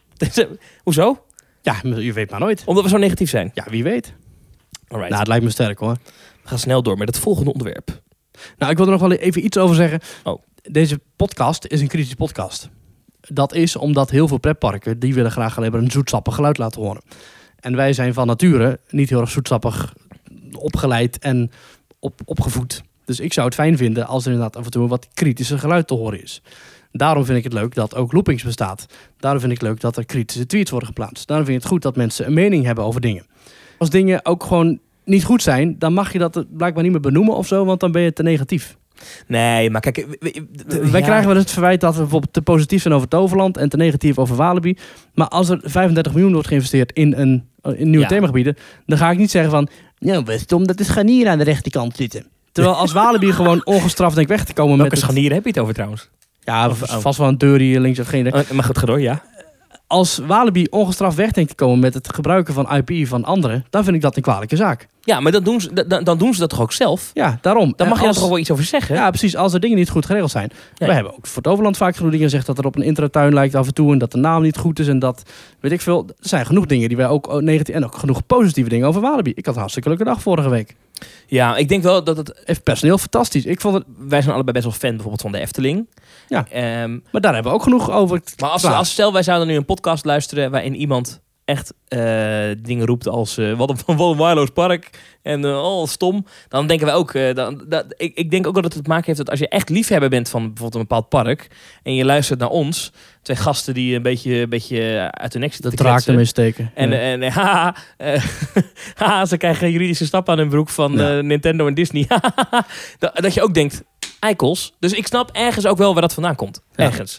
Hoezo? Ja, je weet maar nooit. Omdat we zo negatief zijn. Ja, wie weet. Alright. Nou, het lijkt me sterk hoor. We gaan snel door met het volgende onderwerp. Nou, ik wil er nog wel even iets over zeggen. Oh. Deze podcast is een kritische podcast. Dat is omdat heel veel pretparken... die willen graag alleen maar een zoetsappig geluid laten horen. En wij zijn van nature niet heel erg zoetsappig opgeleid en op, opgevoed. Dus ik zou het fijn vinden als er inderdaad af en toe een wat kritischer geluid te horen is. Daarom vind ik het leuk dat ook Loopings bestaat. Daarom vind ik het leuk dat er kritische tweets worden geplaatst. Daarom vind ik het goed dat mensen een mening hebben over dingen. Als dingen ook gewoon niet goed zijn... dan mag je dat blijkbaar niet meer benoemen of zo... want dan ben je te negatief. Nee, maar kijk... We, we, we, Wij ja. krijgen wel eens het verwijt dat we bijvoorbeeld te positief zijn over Toverland... en te negatief over Walibi. Maar als er vijfendertig miljoen wordt geïnvesteerd in, een, in nieuwe Ja. themagebieden... dan ga ik niet zeggen van... nou, stom, dat is scharnier aan de rechterkant zitten. Terwijl als Walibi gewoon ongestraft denkt weg te komen Welke met... het- scharnieren heb je het over trouwens? Ja, Of- v- oh. vast wel een deur die links of geen... Uh, maar goed, ga door, ja. Als Walibi ongestraft weg denkt te komen met het gebruiken van I P van anderen... dan vind ik dat een kwalijke zaak. Ja, maar dan doen, ze, dan, dan doen ze dat toch ook zelf? Ja, daarom. Dan mag je als, er toch wel iets over zeggen? Ja, precies. Als er dingen niet goed geregeld zijn. Nee. We hebben ook voor het Overland vaak genoeg dingen gezegd... dat er op een intratuin lijkt af en toe... en dat de naam niet goed is en dat... weet ik veel. Er zijn genoeg dingen die wij ook negatief... en ook genoeg positieve dingen over Walibi. Ik had een hartstikke leuke dag vorige week. Ja, ik denk wel dat het... Even personeel fantastisch. Ik vond het... Wij zijn allebei best wel fan bijvoorbeeld van de Efteling. Ja. Ehm, Maar daar hebben we ook genoeg over. te maar als, klagen. als stel wij zouden nu een podcast luisteren... waarin iemand echt eh, dingen roept als... eh, wat een, wat een waardeloos park en eh, oh, stom. Dan denken wij ook... eh, dan, dat, ik, ik denk ook dat het te maken heeft dat als je echt liefhebber bent... van bijvoorbeeld een bepaald park... en je luistert naar ons... twee gasten die een beetje, een beetje uit hun nek zitten de te draak kletsen. ermee steken. En, Ja. en, en haha, eh, haha, ze krijgen juridische stappen aan hun broek van Ja. eh, Nintendo en Disney. dat, dat je ook denkt, eikels. Dus ik snap ergens ook wel waar dat vandaan komt. Ja. Ergens.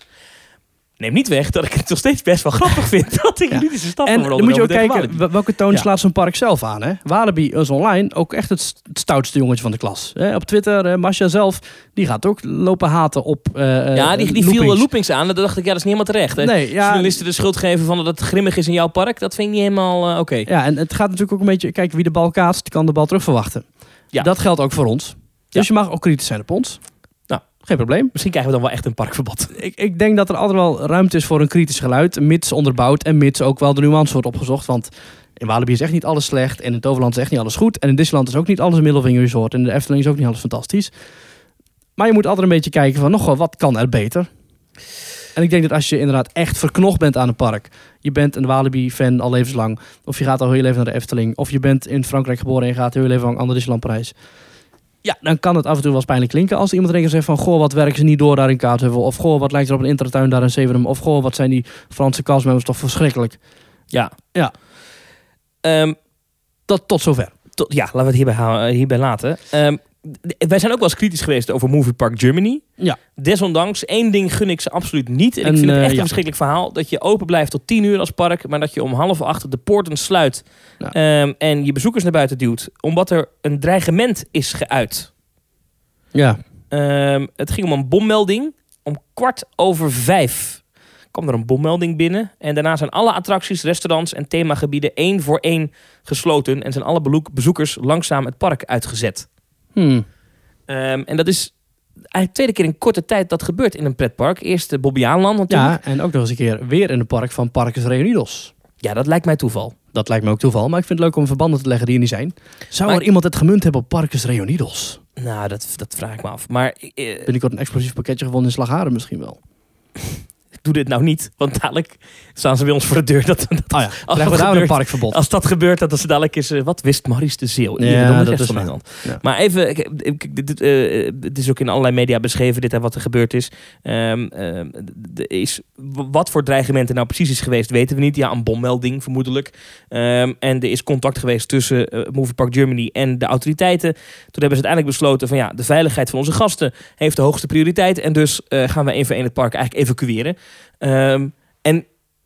Neem niet weg dat ik het nog steeds best wel grappig vind dat er Ja. juridische stappen En worden dan moet je ook ondernomen kijken, tegen Walibi. wel- welke toon Ja. slaat zo'n park zelf aan. Hè? Walibi is online ook echt het, st- het stoutste jongetje van de klas. Hè? Op Twitter, eh, Masha zelf, die gaat ook lopen haten op eh, Ja, die, die viel loopings. eh, loopings aan. Dat dacht ik, ja, dat is niet helemaal terecht. Hè? Nee, ja, Journalisten de schuld geven van dat het grimmig is in jouw park, dat vind ik niet helemaal eh, oké. ja, en het gaat natuurlijk ook een beetje... Kijk, wie de bal kaatst, kan de bal terug verwachten. Ja. Dat geldt ook voor ons. Dus je mag ook kritisch zijn op ons. Nou. Geen probleem. Misschien krijgen we dan wel echt een parkverbod. Ik, ik denk dat er altijd wel ruimte is voor een kritisch geluid. Mits onderbouwd en mits ook wel de nuance wordt opgezocht. Want in Walibi is echt niet alles slecht. En in Toverland is echt niet alles goed. En in Disneyland is ook niet alles een middelvingerresort. En in de Efteling is ook niet alles fantastisch. Maar je moet altijd een beetje kijken van... nog wel, wat kan er beter? En ik denk dat als je inderdaad echt verknocht bent aan een park... je bent een Walibi-fan al levenslang... of je gaat al heel je leven naar de Efteling... of je bent in Frankrijk geboren en je gaat heel je leven lang aan de Disneyland Parijs... ja, dan kan het af en toe wel eens pijnlijk klinken... als iemand tegen zegt van... goh, wat werken ze niet door daar in Kaatsheuvel... of goh, wat lijkt er op een intratuin daar in Zevenum... of goh, wat zijn die Franse castmembers toch verschrikkelijk. Ja. Ja. Ehm, Tot, tot zover. tot, ja, laten we het hierbij, hou- hierbij laten. Ehm, d- wij zijn ook wel eens kritisch geweest over Movie Park Germany. Ja. Desondanks, één ding gun ik ze absoluut niet. En, En, ik vind het eh, echt een ja. verschrikkelijk verhaal. Dat je open blijft tot tien uur als park. Maar dat je om half acht de poorten sluit. Ja. Ehm, en je bezoekers naar buiten duwt. Omdat er een dreigement is geuit. Ja. Ehm, het ging om een bommelding. Om kwart over vijf kwam er een bommelding binnen. En daarna zijn alle attracties, restaurants en themagebieden één voor één gesloten. En zijn alle beloek- bezoekers langzaam het park uitgezet. Hmm. Ehm, en dat is eigenlijk de tweede keer in korte tijd dat gebeurt in een pretpark. Eerst de Bobbejaanland natuurlijk. Ja, en ook nog eens een keer weer in het park van Parques Reunidos. Ja, dat lijkt mij toeval. Dat lijkt me ook toeval, maar ik vind het leuk om verbanden te leggen die er niet zijn. Zou Maar- er iemand het gemunt hebben op Parques Reunidos? Nou, dat, dat vraag ik me af. Maar eh, Binnenkort een explosief pakketje gevonden in Slagharen misschien wel. doe dit nou niet. Want dadelijk staan ze bij ons voor de deur. Dat, dat, Oh ja, als, krijgen we dat daar een gebeurt, parkverbod. als dat gebeurt, dat ze dadelijk is... Uh, wat wist Maurice de Zeeuw? Ja, Hier, dat dat is van waar. Nederland. Ja. Maar even, ik, ik, dit, dit, uh, dit is ook in allerlei media beschreven, dit en wat er gebeurd is. Um, uh, de, is. Wat voor dreigementen nou precies is geweest, weten we niet. Ja, een bommelding vermoedelijk. Um, en er is contact geweest tussen uh, Movie Park Germany en de autoriteiten. Toen hebben ze uiteindelijk besloten van ja, de veiligheid van onze gasten heeft de hoogste prioriteit. En dus uh, gaan we één voor één het park eigenlijk evacueren. Um, en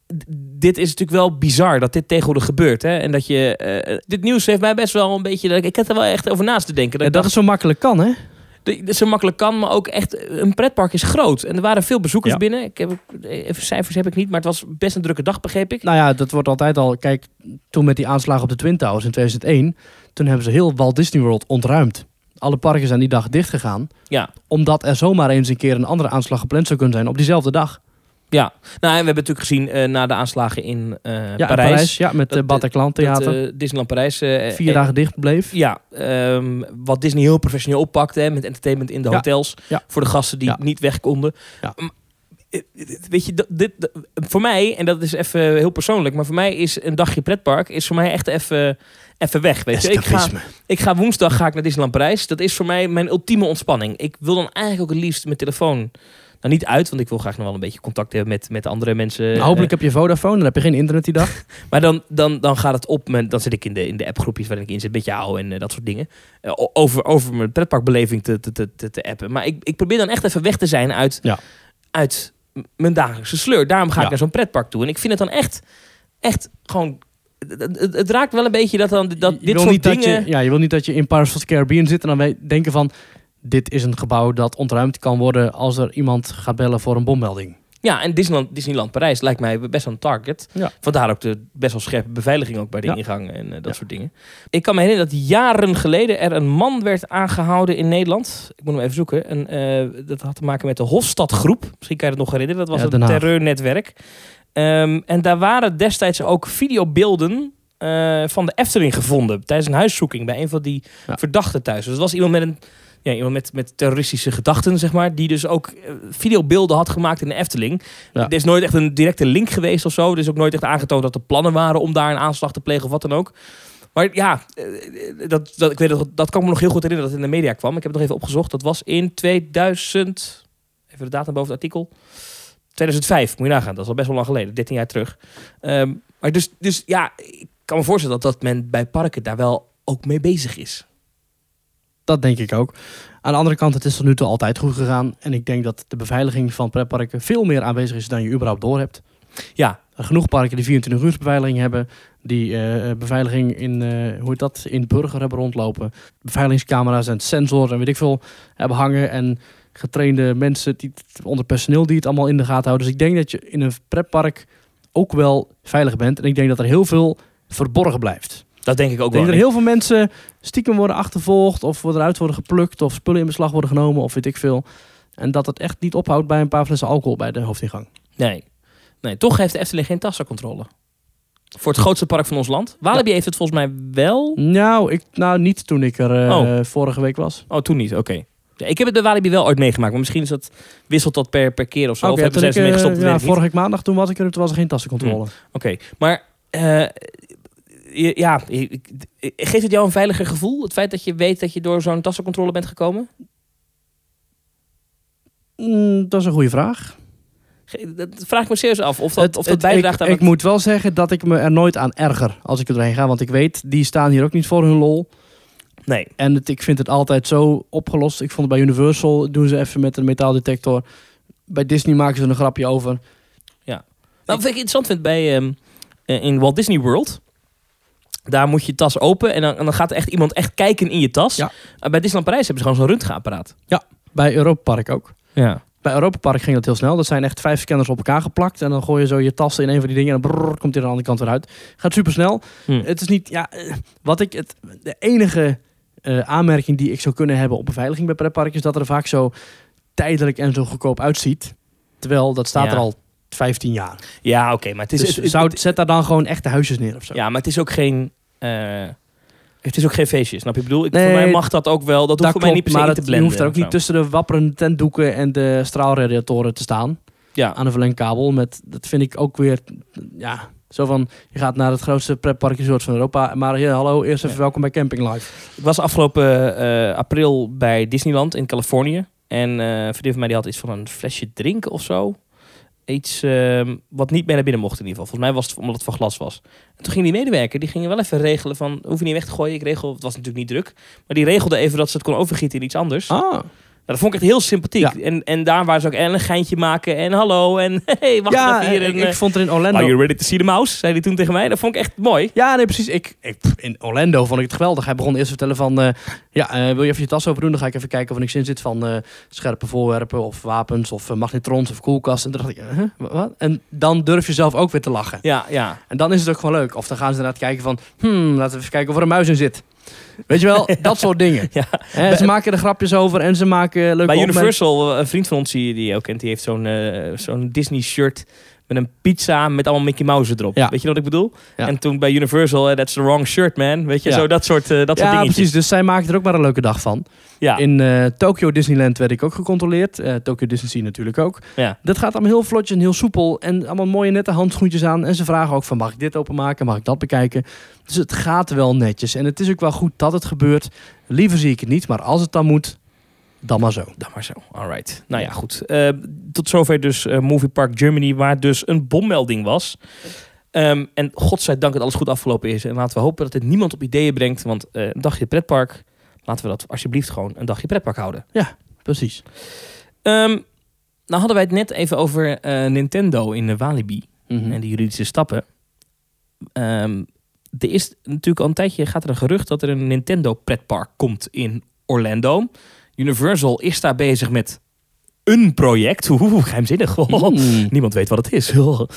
dit is natuurlijk wel bizar dat dit tegenwoordig gebeurt. Hè? En dat je... Uh, dit nieuws heeft mij best wel een beetje... Dat ik, ik heb er wel echt over naast te denken. Dat, Ja, dat het zo makkelijk kan, hè? Dat het zo makkelijk kan, maar ook echt... Een pretpark is groot. En er waren veel bezoekers Ja. binnen. Ik heb, even cijfers heb ik niet, maar het was best een drukke dag, begreep ik. Nou ja, dat wordt altijd al... Kijk, toen met die aanslagen op de Twin Towers in tweeduizend één... Toen hebben ze heel Walt Disney World ontruimd. Alle parken zijn die dag dicht gegaan. Ja. Omdat er zomaar eens een keer een andere aanslag gepland zou kunnen zijn op diezelfde dag. Ja, nou, en we hebben natuurlijk gezien uh, na de aanslagen in uh, Ja, Parijs. in Parijs. Ja, met Dat, het Bataclan Theater. Dat uh, Disneyland Parijs... Uh, Vier en, dagen dicht bleef. Ja, um, wat Disney heel professioneel oppakte. Hè, met entertainment in de Ja. hotels. Ja. Voor de gasten die Ja. niet weg konden. Ja. Um, weet je, dit, dit, voor mij, en dat is even heel persoonlijk... maar voor mij is een dagje pretpark... is voor mij echt even... Even weg, weet je. Ik ga, ik ga woensdag ga ik naar Disneyland Parijs. Dat is voor mij mijn ultieme ontspanning. Ik wil dan eigenlijk ook het liefst mijn telefoon... Nou, niet uit, want ik wil graag nog wel een beetje contact hebben met, met andere mensen. Nou, hopelijk heb je Vodafone, dan heb je geen internet die dag. Maar dan, dan, dan gaat het op. Met, dan zit ik in de, in de appgroepjes waarin ik in zit met jou en uh, dat soort dingen. Uh, over, over mijn pretparkbeleving te, te, te, te appen. Maar ik, ik probeer dan echt even weg te zijn uit, Ja. uit mijn dagelijkse sleur. Daarom ga Ja. ik naar zo'n pretpark toe. En ik vind het dan echt, echt gewoon... Het, het, het raakt wel een beetje dat dan dat Je dit wil soort niet dat dingen... je, ja, je wil niet dat je in Pirates of the Caribbean zit en dan weet- denken van... Dit is een gebouw dat ontruimd kan worden als er iemand gaat bellen voor een bommelding. Ja, en Disneyland, Disneyland Parijs lijkt mij best wel een target. Ja. Vandaar ook de best wel scherpe beveiliging ook bij de Ja. ingang en uh, dat Ja. soort dingen. Ik kan me herinneren dat jaren geleden er een man werd aangehouden in Nederland. Ik moet hem even zoeken. En, uh, dat had te maken met de Hofstadgroep. Misschien kan je het nog herinneren. Dat was Ja, Den een Haag. terreurnetwerk. Um, en daar waren destijds ook videobeelden uh, van de Efteling gevonden. Tijdens een huiszoeking bij een van die Ja. verdachten thuis. Dus dat was iemand met een... Ja, iemand met, met terroristische gedachten, zeg maar. Die dus ook uh, videobeelden had gemaakt in de Efteling. Ja. Er is nooit echt een directe link geweest of zo. Er is ook nooit echt aangetoond dat er plannen waren om daar een aanslag te plegen of wat dan ook. Maar ja, uh, dat, dat, ik weet dat, dat kan ik me nog heel goed herinneren dat het in de media kwam. Ik heb het nog even opgezocht. Dat was in tweeduizend... Even de datum boven het artikel. tweeduizend vijf, moet je nagaan. Dat is al best wel lang geleden. dertien jaar terug. Um, maar dus, dus ja, ik kan me voorstellen dat, dat men bij parken daar wel ook mee bezig is. Dat denk ik ook. Aan de andere kant, het is tot nu toe altijd goed gegaan. En ik denk dat de beveiliging van pretparken veel meer aanwezig is dan je überhaupt door hebt. Ja. Er zijn genoeg parken die vierentwintig uur beveiliging hebben. Die uh, beveiliging in, uh, hoe heet dat, in Burger hebben rondlopen. Beveiligingscamera's en sensors en weet ik veel hebben hangen. En getrainde mensen die, onder personeel die het allemaal in de gaten houden. Dus ik denk dat je in een pretpark ook wel veilig bent. En ik denk dat er heel veel verborgen blijft. Dat denk ik ook Ik denk wel. dat er heel veel mensen stiekem worden achtervolgd of eruit worden geplukt of spullen in beslag worden genomen of weet ik veel. En dat het echt niet ophoudt bij een paar flessen alcohol bij de hoofdingang. Nee. Nee, toch heeft de Efteling geen tassencontrole. Voor het grootste park van ons land. Walibi Ja. heeft het volgens mij wel. Nou, ik, nou niet toen ik er uh, Oh. vorige week was. Oh, toen niet. Oké. Okay. Ja, ik heb het bij Walibi wel ooit meegemaakt. Maar misschien is dat, wisselt dat per, per keer of zo. Okay, of hebben zij ze ik, mee uh, gestopt? ja, weet ik vorige week maandag toen was ik er, toen was er geen tassencontrole. Oké. Okay. Maar... Uh, ja, geeft het jou een veiliger gevoel? Het feit dat je weet dat je door zo'n tassencontrole bent gekomen? Mm, dat is een goede vraag. Dat vraag ik me serieus af. Of dat, het, of dat het, bijdraagt ik, aan... Ik moet wel zeggen dat ik me er nooit aan erger als ik er doorheen ga. Want ik weet, die staan hier ook niet voor hun lol. Nee. En het, ik vind het altijd zo opgelost. Ik vond het bij Universal, doen ze even met een metaaldetector. Bij Disney maken ze er een grapje over. Ja. Nou, wat ik interessant vind bij... Um, in Walt Disney World... Daar moet je tas open en dan, en dan gaat er echt iemand echt kijken in je tas. Ja. Uh, bij Disneyland Parijs hebben ze gewoon zo'n röntgenapparaat. Ja, bij Europa Park ook. Ja. Bij Europa Park ging dat heel snel. Dat zijn echt vijf scanners op elkaar geplakt. En dan gooi je zo je tassen in een van die dingen en dan brrr, komt hij aan de andere kant weer uit. Gaat super snel. Hm. Het is niet, ja, wat ik, het, de enige uh, aanmerking die ik zou kunnen hebben op beveiliging bij pretparken is dat er vaak zo tijdelijk en zo goedkoop uitziet. Terwijl dat staat ja. er al vijftien jaar. Ja, oké. Okay, maar het is... Dus het, zou, het, zet daar dan gewoon echte huisjes neer of zo. Ja, maar het is ook geen... Uh, het is ook geen feestje, snap je? Ik bedoel, ik, nee, voor mij mag dat ook wel. Dat hoeft voor klopt, mij niet per se maar in te het, blenden. je hoeft er ook niet tussen de wapperende tentdoeken en de straalradiatoren te staan. Ja. aan een verlengkabel. Met, dat vind ik ook weer... Ja, zo van... Je gaat naar het grootste pretparkresort van Europa. Maar ja, hallo, eerst even ja. welkom bij Camping Life. Ik was afgelopen uh, april bij Disneyland in Californië. En uh, een vriendin van mij die had iets van een flesje drinken of zo. Iets uh, wat niet meer naar binnen mocht in ieder geval. Volgens mij was het omdat het van glas was. En toen ging die medewerker, die ging wel even regelen van... Hoef je niet weg te gooien, ik regel... Het was natuurlijk niet druk. Maar die regelde even dat ze het kon overgieten in iets anders. Ah. Nou, dat vond ik echt heel sympathiek. Ja. En, en daar waren ze ook en een geintje maken. En hallo. En hey, wacht ja, even hier. Ik, en, ik vond er in Orlando... Are you ready to see the mouse? Zei hij toen tegen mij. Dat vond ik echt mooi. Ja, nee, precies. Ik, ik, in Orlando vond ik het geweldig. Hij begon eerst te vertellen van... Uh, ja, uh, wil je even je tas open doen? Dan ga ik even kijken of er niks in zit van uh, scherpe voorwerpen of wapens of uh, magnetrons of koelkasten. En toen dacht ik, huh, wat? En dan durf je zelf ook weer te lachen. Ja, ja. En dan is het ook gewoon leuk. Of dan gaan ze inderdaad kijken van... Hmm, laten we even kijken of er een muis in zit. Weet je wel, dat soort dingen. Ja. He, ze maken er grapjes over en ze maken leuke Bij opmerkingen. Universal, een vriend van ons die je ook kent, die heeft zo'n, uh, zo'n Disney shirt met een pizza met allemaal Mickey Mouse erop. Ja. Weet je wat ik bedoel? Ja. En toen bij Universal, uh, that's the wrong shirt, man. Weet je, ja. zo dat soort, uh, dat ja, soort dingetjes. Precies. Dus zij maken er ook maar een leuke dag van. Ja. In uh, Tokyo Disneyland werd ik ook gecontroleerd. Uh, Tokyo Disney Sea natuurlijk ook. Ja. Dat gaat allemaal heel vlotjes en heel soepel. En allemaal mooie nette handschoentjes aan. En ze vragen ook van, mag ik dit openmaken? Mag ik dat bekijken? Dus het gaat wel netjes. En het is ook wel goed dat het gebeurt. Liever zie ik het niet, maar als het dan moet... Dan maar zo. Dan maar zo, alright. Nou ja, goed. Uh, tot zover dus uh, Movie Park Germany, waar dus een bommelding was. Um, en godzijdank dat alles goed afgelopen is. En laten we hopen dat het niemand op ideeën brengt. Want uh, een dagje pretpark, laten we dat alsjeblieft gewoon een dagje pretpark houden. Ja, precies. Um, nou hadden wij het net even over uh, Nintendo in de Walibi. Mm-hmm. En de juridische stappen. Um, er is natuurlijk al een tijdje, gaat er een gerucht dat er een Nintendo pretpark komt in Orlando. Universal is daar bezig met een project. Oeh, geheimzinnig. Oh, mm. Niemand weet wat het is.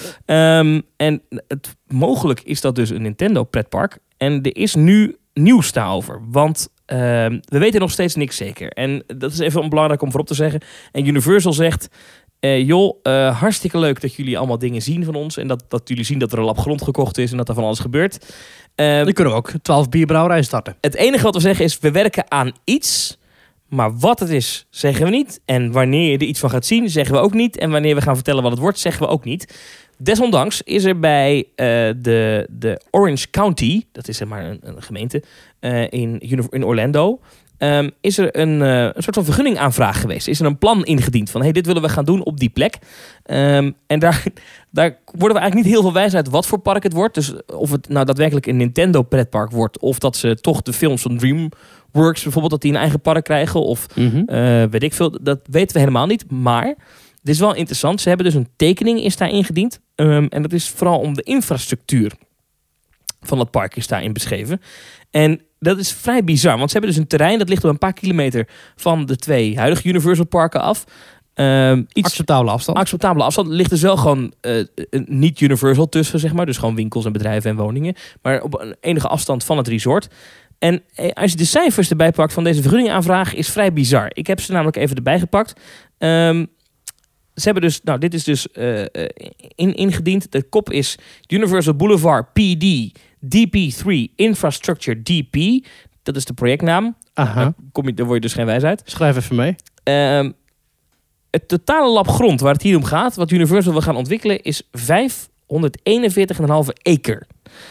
um, en het, mogelijk is dat dus een Nintendo pretpark. En er is nu nieuws daarover. Want uh, we weten nog steeds niks zeker. En dat is even belangrijk om voorop te zeggen. En Universal zegt... Uh, joh, uh, hartstikke leuk dat jullie allemaal dingen zien van ons. En dat, dat jullie zien dat er een lab grond gekocht is en dat er van alles gebeurt. Uh, Dan kunnen we ook twaalf bierbrouwerijen starten. Het enige wat we zeggen is, we werken aan iets... Maar wat het is, zeggen we niet. En wanneer je er iets van gaat zien, zeggen we ook niet. En wanneer we gaan vertellen wat het wordt, zeggen we ook niet. Desondanks is er bij uh, de, de Orange County... dat is zeg maar een, een gemeente uh, in, in Orlando... Um, is er een, uh, een soort van vergunningaanvraag geweest. Is er een plan ingediend van... hey, dit willen we gaan doen op die plek. Um, en daar, daar worden we eigenlijk niet heel veel wijs uit wat voor park het wordt. Dus of het nou daadwerkelijk een Nintendo pretpark wordt... of dat ze toch de films van DreamWorks bijvoorbeeld... dat die een eigen park krijgen of mm-hmm. uh, weet ik veel. Dat weten we helemaal niet. Maar dit is wel interessant. Ze hebben dus een tekening is daar ingediend. Um, en dat is vooral om de infrastructuur van het park is daarin beschreven. En dat is vrij bizar, want ze hebben dus een terrein... dat ligt op een paar kilometer van de twee huidige Universal parken af. Um, iets acceptabele afstand. Acceptabele afstand. Ligt er wel gewoon uh, niet Universal tussen, zeg maar. Dus gewoon winkels en bedrijven en woningen. Maar op een enige afstand van het resort. En als je de cijfers erbij pakt van deze vergunningaanvraag... is vrij bizar. Ik heb ze namelijk even erbij gepakt. Um, ze hebben dus... Nou, dit is dus uh, in, ingediend. De kop is Universal Boulevard P D... D P drie Infrastructure D P. Dat is de projectnaam. Aha. Daar, kom je, daar word je dus geen wijs uit. Schrijf even mee. Um, het totale lab grond waar het hier om gaat... wat Universal wil gaan ontwikkelen... is vijfhonderdeenenveertig komma vijf acre.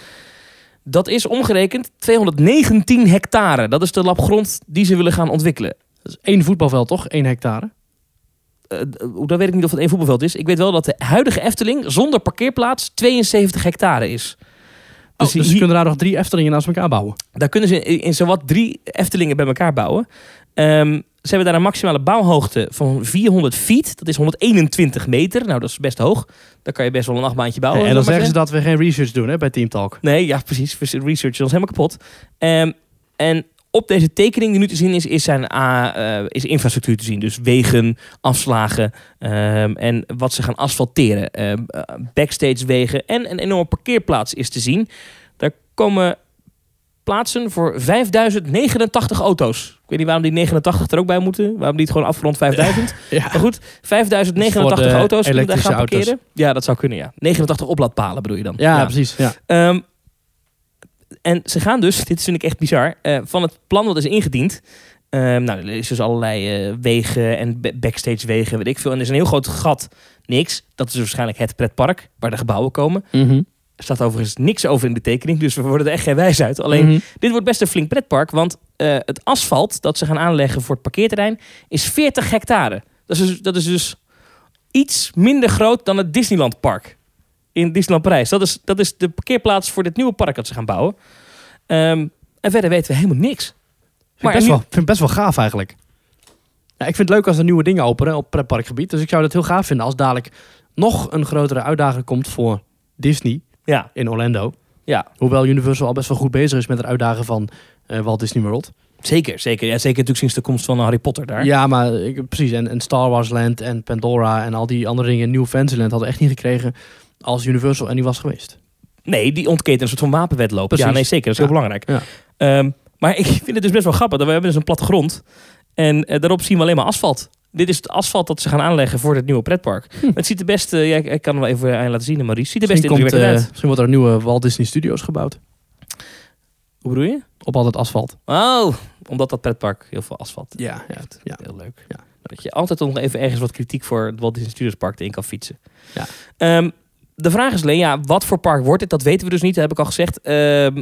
Dat is omgerekend tweehonderdnegentien hectare. Dat is de lab grond die ze willen gaan ontwikkelen. Dat is één voetbalveld, toch? Één hectare? Uh, dan weet ik niet of het één voetbalveld is. Ik weet wel dat de huidige Efteling... zonder parkeerplaats tweeënzeventig hectare is. Dus, oh, dus ze kunnen daar nog drie Eftelingen naast elkaar bouwen? Daar kunnen ze in, in zowat drie Eftelingen bij elkaar bouwen. Um, ze hebben daar een maximale bouwhoogte van vierhonderd feet. Dat is honderdeenentwintig meter. Nou, dat is best hoog. Daar kan je best wel een achtbaantje bouwen. Hey, en dan zeggen ze dat we geen research doen hè, bij Team Talk. Nee, ja, precies. Research is ons helemaal kapot. Um, en op deze tekening die nu te zien is, is, zijn, uh, is infrastructuur te zien. Dus wegen, afslagen um, en wat ze gaan asfalteren. Um, uh, backstage wegen en een enorme parkeerplaats is te zien. Daar komen plaatsen voor vijfduizend negenentachtig auto's. Ik weet niet waarom die negenentachtig er ook bij moeten. Waarom die het gewoon afgerond vijfduizend. Ja. Maar goed, vijfduizend negenentachtig auto's kunnen daar gaan parkeren. Auto's. Ja, dat zou kunnen, ja. negenentachtig oplaadpalen bedoel je dan. Ja, ja. precies. Ja. Um, En ze gaan dus, dit vind ik echt bizar, uh, van het plan wat is ingediend. Uh, nou, er is dus allerlei uh, wegen en backstage wegen, weet ik veel. En er is een heel groot gat Niks. Dat is dus waarschijnlijk het pretpark waar de gebouwen komen. Mm-hmm. Er staat overigens niks over in de tekening, dus we worden er echt geen wijs uit. Alleen, Mm-hmm. dit wordt best een flink pretpark, want uh, het asfalt dat ze gaan aanleggen voor het parkeerterrein is veertig hectare. Dat is, dus, dat is dus iets minder groot dan het Disneyland Park in Disneyland Parijs. Dat is, dat is de parkeerplaats voor dit nieuwe park dat ze gaan bouwen. Um, en verder weten we helemaal niks. Vind Maar ik best nu- wel, vind ik best wel gaaf eigenlijk. Ja, ik vind het leuk als er nieuwe dingen openen op pretparkgebied. Dus ik zou het heel gaaf vinden als dadelijk nog een grotere uitdaging komt voor Disney Ja, in Orlando. ja. Hoewel Universal al best wel goed bezig is met het uitdagen van uh, Walt Disney World. Zeker, zeker. Ja, zeker natuurlijk sinds de komst van Harry Potter daar. Ja, maar ik, precies. En, en Star Wars Land en Pandora en al die andere dingen, New Fantasyland, hadden we echt niet gekregen als Universal er niet was geweest. Nee, die ontketen een soort van wapenwedloop. Precies. Ja, nee, zeker. Dat is heel Ja. belangrijk. Ja. Um, maar ik vind het dus best wel grappig. Dat we hebben dus een plattegrond. En uh, daarop zien we alleen maar asfalt. Dit is het asfalt dat ze gaan aanleggen voor het nieuwe pretpark. Hm. Het ziet er best... Uh, ja, ik, ik kan hem wel even aan laten zien, Maurice. Ziet er best Misschien, komt, indrukwekkend uh, uit. misschien wordt er een nieuwe Walt Disney Studios gebouwd. Hoe bedoel je? Op al dat asfalt. Oh, omdat dat pretpark heel veel asfalt Ja, ja, ja. Heel leuk. Ja. Dat je altijd nog even ergens wat kritiek voor het Walt Disney Studios Park erin kan fietsen. Ja. Um, de vraag is alleen, ja, wat voor park wordt het? Dat weten we dus niet, dat heb ik al gezegd. Um,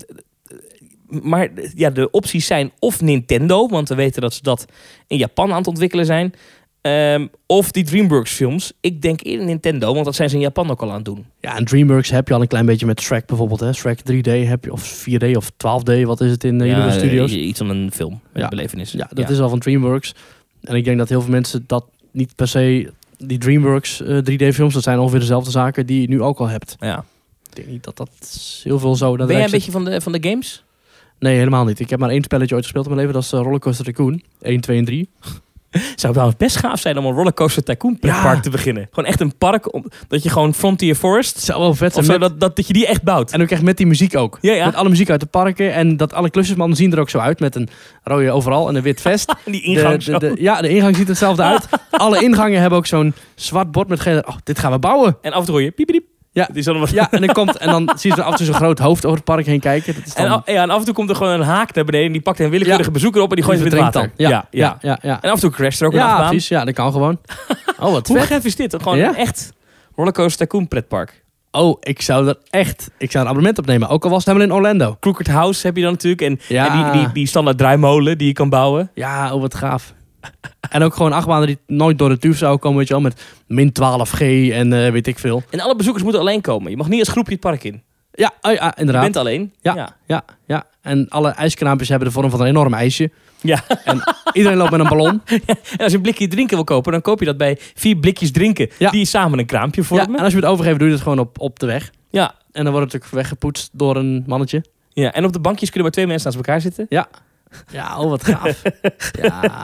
maar ja, de opties zijn of Nintendo, want we weten dat ze dat in Japan aan het ontwikkelen zijn. Um, of die DreamWorks films. Ik denk eerder Nintendo, want dat zijn ze in Japan ook al aan het doen. Ja, en DreamWorks heb je al een klein beetje met Shrek bijvoorbeeld. Hè? Shrek drie D heb je, of vier D of twaalf D, wat is het in uh, Universal Studios? Ja, iets van een film, een Ja. belevenis. Ja, dat is al van DreamWorks. En ik denk dat heel veel mensen dat niet per se... Die DreamWorks uh, drie D films, dat zijn ongeveer dezelfde zaken die je nu ook al hebt. Ja. Ik denk niet dat dat heel veel zo... Dat Ben jij een zit. beetje van de, van de games? Nee, helemaal niet. Ik heb maar één spelletje ooit gespeeld in mijn leven. Dat is uh, Rollercoaster Tycoon. één, twee en drie. Zou wel best gaaf zijn om een Rollercoaster Tycoon pretpark Ja. te beginnen. Gewoon echt een park, om, dat je gewoon Frontier Forest... Het zou wel vet Of zijn. zo, Met, dat, dat, dat je die echt bouwt. en ook echt met die muziek ook. Ja, ja. Met alle muziek uit de parken. En dat alle klusjesmannen zien er ook zo uit. Met een rode overal en een wit vest. die ingang de, de, de, ja, de ingang ziet er hetzelfde uit. Alle ingangen hebben ook zo'n zwart bord met gele... Oh, dit gaan we bouwen. En af en toe hoor je piep, piep. Ja. Het is dan wat... Ja, en dan, komt, en dan zie je af en toe zo'n groot hoofd over het park heen kijken. Dat is dan, En, af, ja, en af en toe komt er gewoon een haak naar beneden. En die pakt een willekeurige Ja. bezoeker op en die gooit hem in het water. Ja, ja, ja. ja, ja, ja. En af en toe crasht er ook een Ja, achtbaan. precies. Ja, dat kan gewoon. Oh, wat Hoe vet. gaaf is dit? Gewoon Ja? een echt Rollercoaster Tycoon pretpark. Oh, ik zou er echt... Ik zou een abonnement opnemen. Ook al was het helemaal in Orlando. Crooked House heb je dan natuurlijk. En, Ja. en die, die, die standaard draaimolen die je kan bouwen. Ja, oh, wat gaaf. En ook gewoon achtbanen die nooit door de tuuf zouden komen, weet je wel. Met min twaalf G en uh, weet ik veel. En alle bezoekers moeten alleen komen. Je mag niet als groepje het park in. Ja, oh, ja Je inderdaad. bent alleen. Ja. ja. Ja, ja. En alle ijskraampjes hebben de vorm van een enorm ijsje. Ja. En iedereen loopt met een ballon. En als je een blikje drinken wil kopen, dan koop je dat bij vier blikjes drinken. Ja. Die samen een kraampje Ja, vormen. en als je het overgeeft, doe je het gewoon op, op de weg. Ja. En dan wordt het natuurlijk weggepoetst door een mannetje. Ja. En op de bankjes kunnen maar twee mensen naast elkaar zitten. Ja. Ja, oh, wat gaaf. Ja,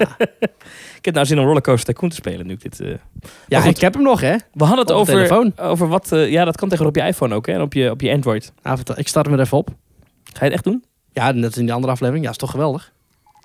Ik heb nou zin om Rollercoaster Tycoon te spelen nu ik dit... Uh... ja Maar goed. ik heb hem nog, hè. We hadden het Op de over, telefoon. over wat... uh, ja, dat kan tegenwoordig op je iPhone ook, hè? En op je, op je Android. Ah, ik start hem er even op. Ga je het echt doen? Ja, net als in die andere aflevering. Ja, is toch geweldig.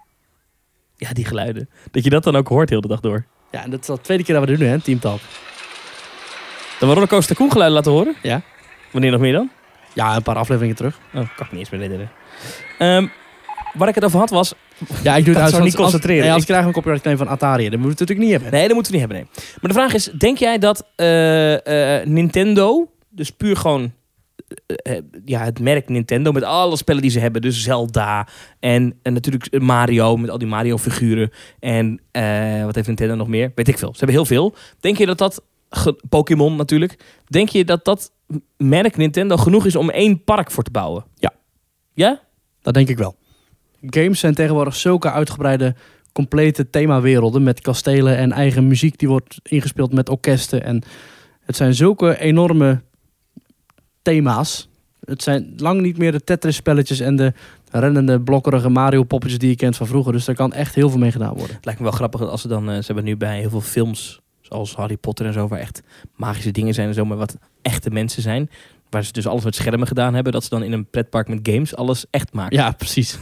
Ja, die geluiden. Dat je dat dan ook hoort heel de dag door. Ja, en dat is al de tweede keer dat we dit doen, hè, Team Talk. Dan we Rollercoaster Tycoon geluiden laten horen? Ja. Wanneer nog meer dan? Ja, een paar afleveringen terug. Oh, kan ik niet eens meer herinneren. Um, waar ik het over had was... Ja, ik doe het kan uit. zo niet Als, concentreren. nee, als Ik- krijgen we een copyright claim van Atari. Dat moeten we het natuurlijk niet hebben. Nee, dat moeten we niet hebben, nee. Maar de vraag is, denk jij dat uh, uh, Nintendo, dus puur gewoon uh, uh, ja, het merk Nintendo, met alle spellen die ze hebben, dus Zelda en, en natuurlijk Mario, met al die Mario-figuren en uh, wat heeft Nintendo nog meer? Weet ik veel. Ze hebben heel veel. Denk je dat dat, ge- Pokémon natuurlijk, denk je dat dat merk Nintendo genoeg is om één park voor te bouwen? Ja. Ja? Dat denk ik wel. Games zijn tegenwoordig zulke uitgebreide, complete themawerelden met kastelen en eigen muziek die wordt ingespeeld met orkesten. En het zijn zulke enorme thema's. Het zijn lang niet meer de Tetris-spelletjes en de rennende, blokkerige Mario-poppetjes die je kent van vroeger. Dus daar kan echt heel veel mee gedaan worden. Het lijkt me wel grappig als ze dan... Uh, ze hebben nu bij heel veel films, zoals Harry Potter en zo, waar echt magische dingen zijn en zo, maar wat echte mensen zijn. Waar ze dus alles met schermen gedaan hebben, dat ze dan in een pretpark met games alles echt maken. Ja, precies.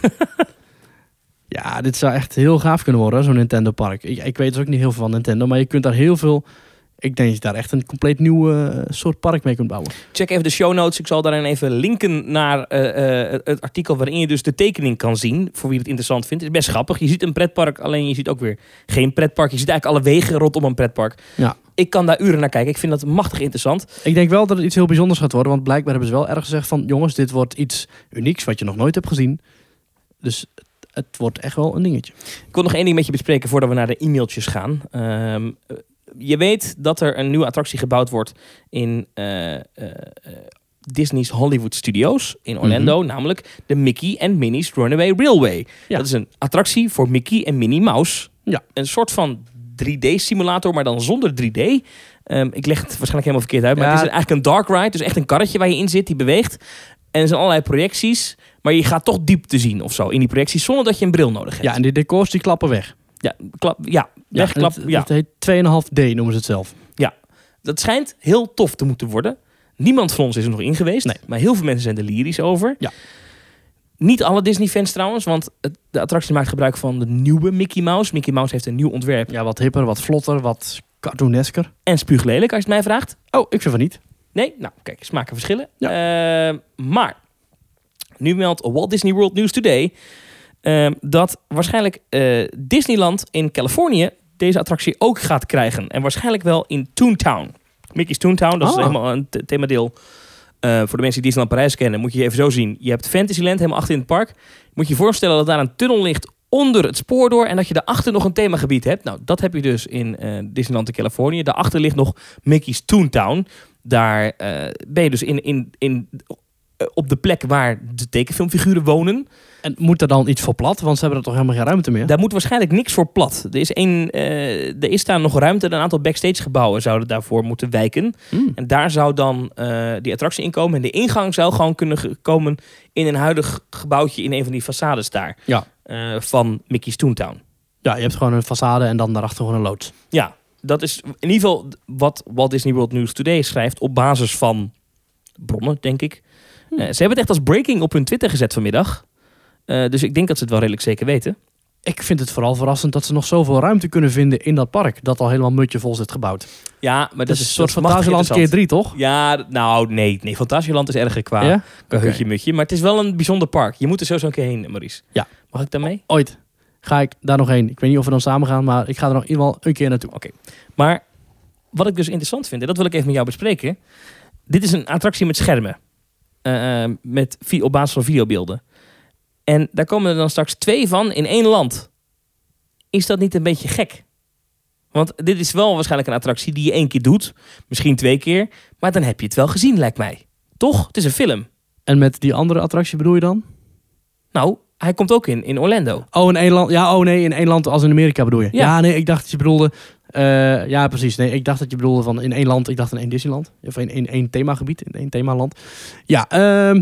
Ja, dit zou echt heel gaaf kunnen worden, zo'n Nintendo-park. Ik, ik weet dus ook niet heel veel van Nintendo, maar je kunt daar heel veel... Ik denk dat je daar echt een compleet nieuw uh, soort park mee kunt bouwen. Check even de show notes. Ik zal daarin even linken naar uh, uh, het artikel waarin je dus de tekening kan zien. Voor wie het interessant vindt. Het is best grappig. Je ziet een pretpark, alleen je ziet ook weer geen pretpark. Je ziet eigenlijk alle wegen rondom een pretpark. Ja. ik kan daar uren naar kijken. Ik vind dat machtig interessant. Ik denk wel dat het iets heel bijzonders gaat worden. Want blijkbaar hebben ze wel erg gezegd van... jongens, dit wordt iets unieks wat je nog nooit hebt gezien. Dus het wordt echt wel een dingetje. Ik wil nog één ding met je bespreken voordat we naar de e-mailtjes gaan. Um, je weet dat er een nieuwe attractie gebouwd wordt in uh, uh, Disney's Hollywood Studios in Orlando. Mm-hmm. Namelijk de Mickey and Minnie's Runaway Railway. Ja. Dat is een attractie voor Mickey en Minnie Mouse. Ja. Een soort van drie D-simulator, maar dan zonder drie D. Um, ik leg het waarschijnlijk helemaal verkeerd uit. Maar ja. Het is eigenlijk een dark ride. Dus echt een karretje waar je in zit, die beweegt. En er zijn allerlei projecties. Maar je gaat toch diep te zien of zo in die projecties. Zonder dat je een bril nodig hebt. Ja, en die decors die klappen weg. Ja, klap, ja, wegklap. Ja, het, ja. het heet twee komma vijf D noemen ze het zelf. Ja, dat schijnt heel tof te moeten worden. Niemand van ons is er nog in geweest. Nee. Maar heel veel mensen zijn er lyrisch over. Ja. Niet alle Disney-fans trouwens, want het, de attractie maakt gebruik van de nieuwe Mickey Mouse. Mickey Mouse heeft een nieuw ontwerp. Ja, wat hipper, wat vlotter, wat cartoonesker. En spuuglelijk, als je het mij vraagt. Oh, ik vind van niet. Nee? Nou, kijk, smaken verschillen. Ja. Uh, maar, nu meldt Walt Disney World News Today... Uh, dat waarschijnlijk uh, Disneyland in Californië deze attractie ook gaat krijgen. En waarschijnlijk wel in Toontown. Mickey's Toontown, dat oh. is helemaal een th- themadeel. Uh, voor de mensen die Disneyland Parijs kennen, moet je je even zo zien. Je hebt Fantasyland helemaal achter in het park. Moet je je voorstellen dat daar een tunnel ligt onder het spoor door. En dat je daarachter nog een themagebied hebt. Nou, dat heb je dus in uh, Disneyland in Californië. Daarachter ligt nog Mickey's Toontown. Daar uh, ben je dus in, in, in, uh, op de plek waar de tekenfilmfiguren wonen. En moet er dan iets voor plat? Want ze hebben er toch helemaal geen ruimte meer? Daar moet waarschijnlijk niks voor plat. Er is, een, uh, er is daar nog ruimte. Een aantal backstage gebouwen zouden daarvoor moeten wijken. Mm. En daar zou dan uh, die attractie in komen. En de ingang zou gewoon kunnen ge- komen in een huidig gebouwtje in een van die façades daar. Ja. Uh, van Mickey's Toontown. Ja, je hebt gewoon een façade en dan daarachter gewoon een loods. Ja, dat is in ieder geval wat Walt Disney World News Today schrijft op basis van bronnen, denk ik. Mm. Uh, ze hebben het echt als breaking op hun Twitter gezet vanmiddag. Uh, dus ik denk dat ze het wel redelijk zeker weten. Ik vind het vooral verrassend dat ze nog zoveel ruimte kunnen vinden in dat park. Dat al helemaal mutje vol zit gebouwd. Ja, maar dat, dat is een soort Fantasieland keer drie, toch? Ja, nou nee. nee Fantasieland is erger qua, ja? qua okay. hutje mutje. Maar het is wel een bijzonder park. Je moet er sowieso een keer heen, Maurice. Ja. Mag ik daar mee? Ooit ga ik daar nog heen. Ik weet niet of we dan samen gaan, maar ik ga er nog in ieder geval een keer naartoe. Oké. Okay. Maar wat ik dus interessant vind, en dat wil ik even met jou bespreken. Dit is een attractie met schermen. Uh, met op basis van videobeelden. En daar komen er dan straks twee van in één land. Is dat niet een beetje gek? Want dit is wel waarschijnlijk een attractie die je één keer doet. Misschien twee keer. Maar dan heb je het wel gezien, lijkt mij. Toch? Het is een film. En met die andere attractie bedoel je dan? Nou, hij komt ook in, in Orlando. Oh, in één land. Ja, oh nee, in één land als in Amerika bedoel je? Ja, ja nee, ik dacht dat je bedoelde... Uh, ja, precies. Nee, ik dacht dat je bedoelde van in één land. Ik dacht in één Disneyland. Of in, in één themagebied. In één themaland. Ja, ehm... Uh,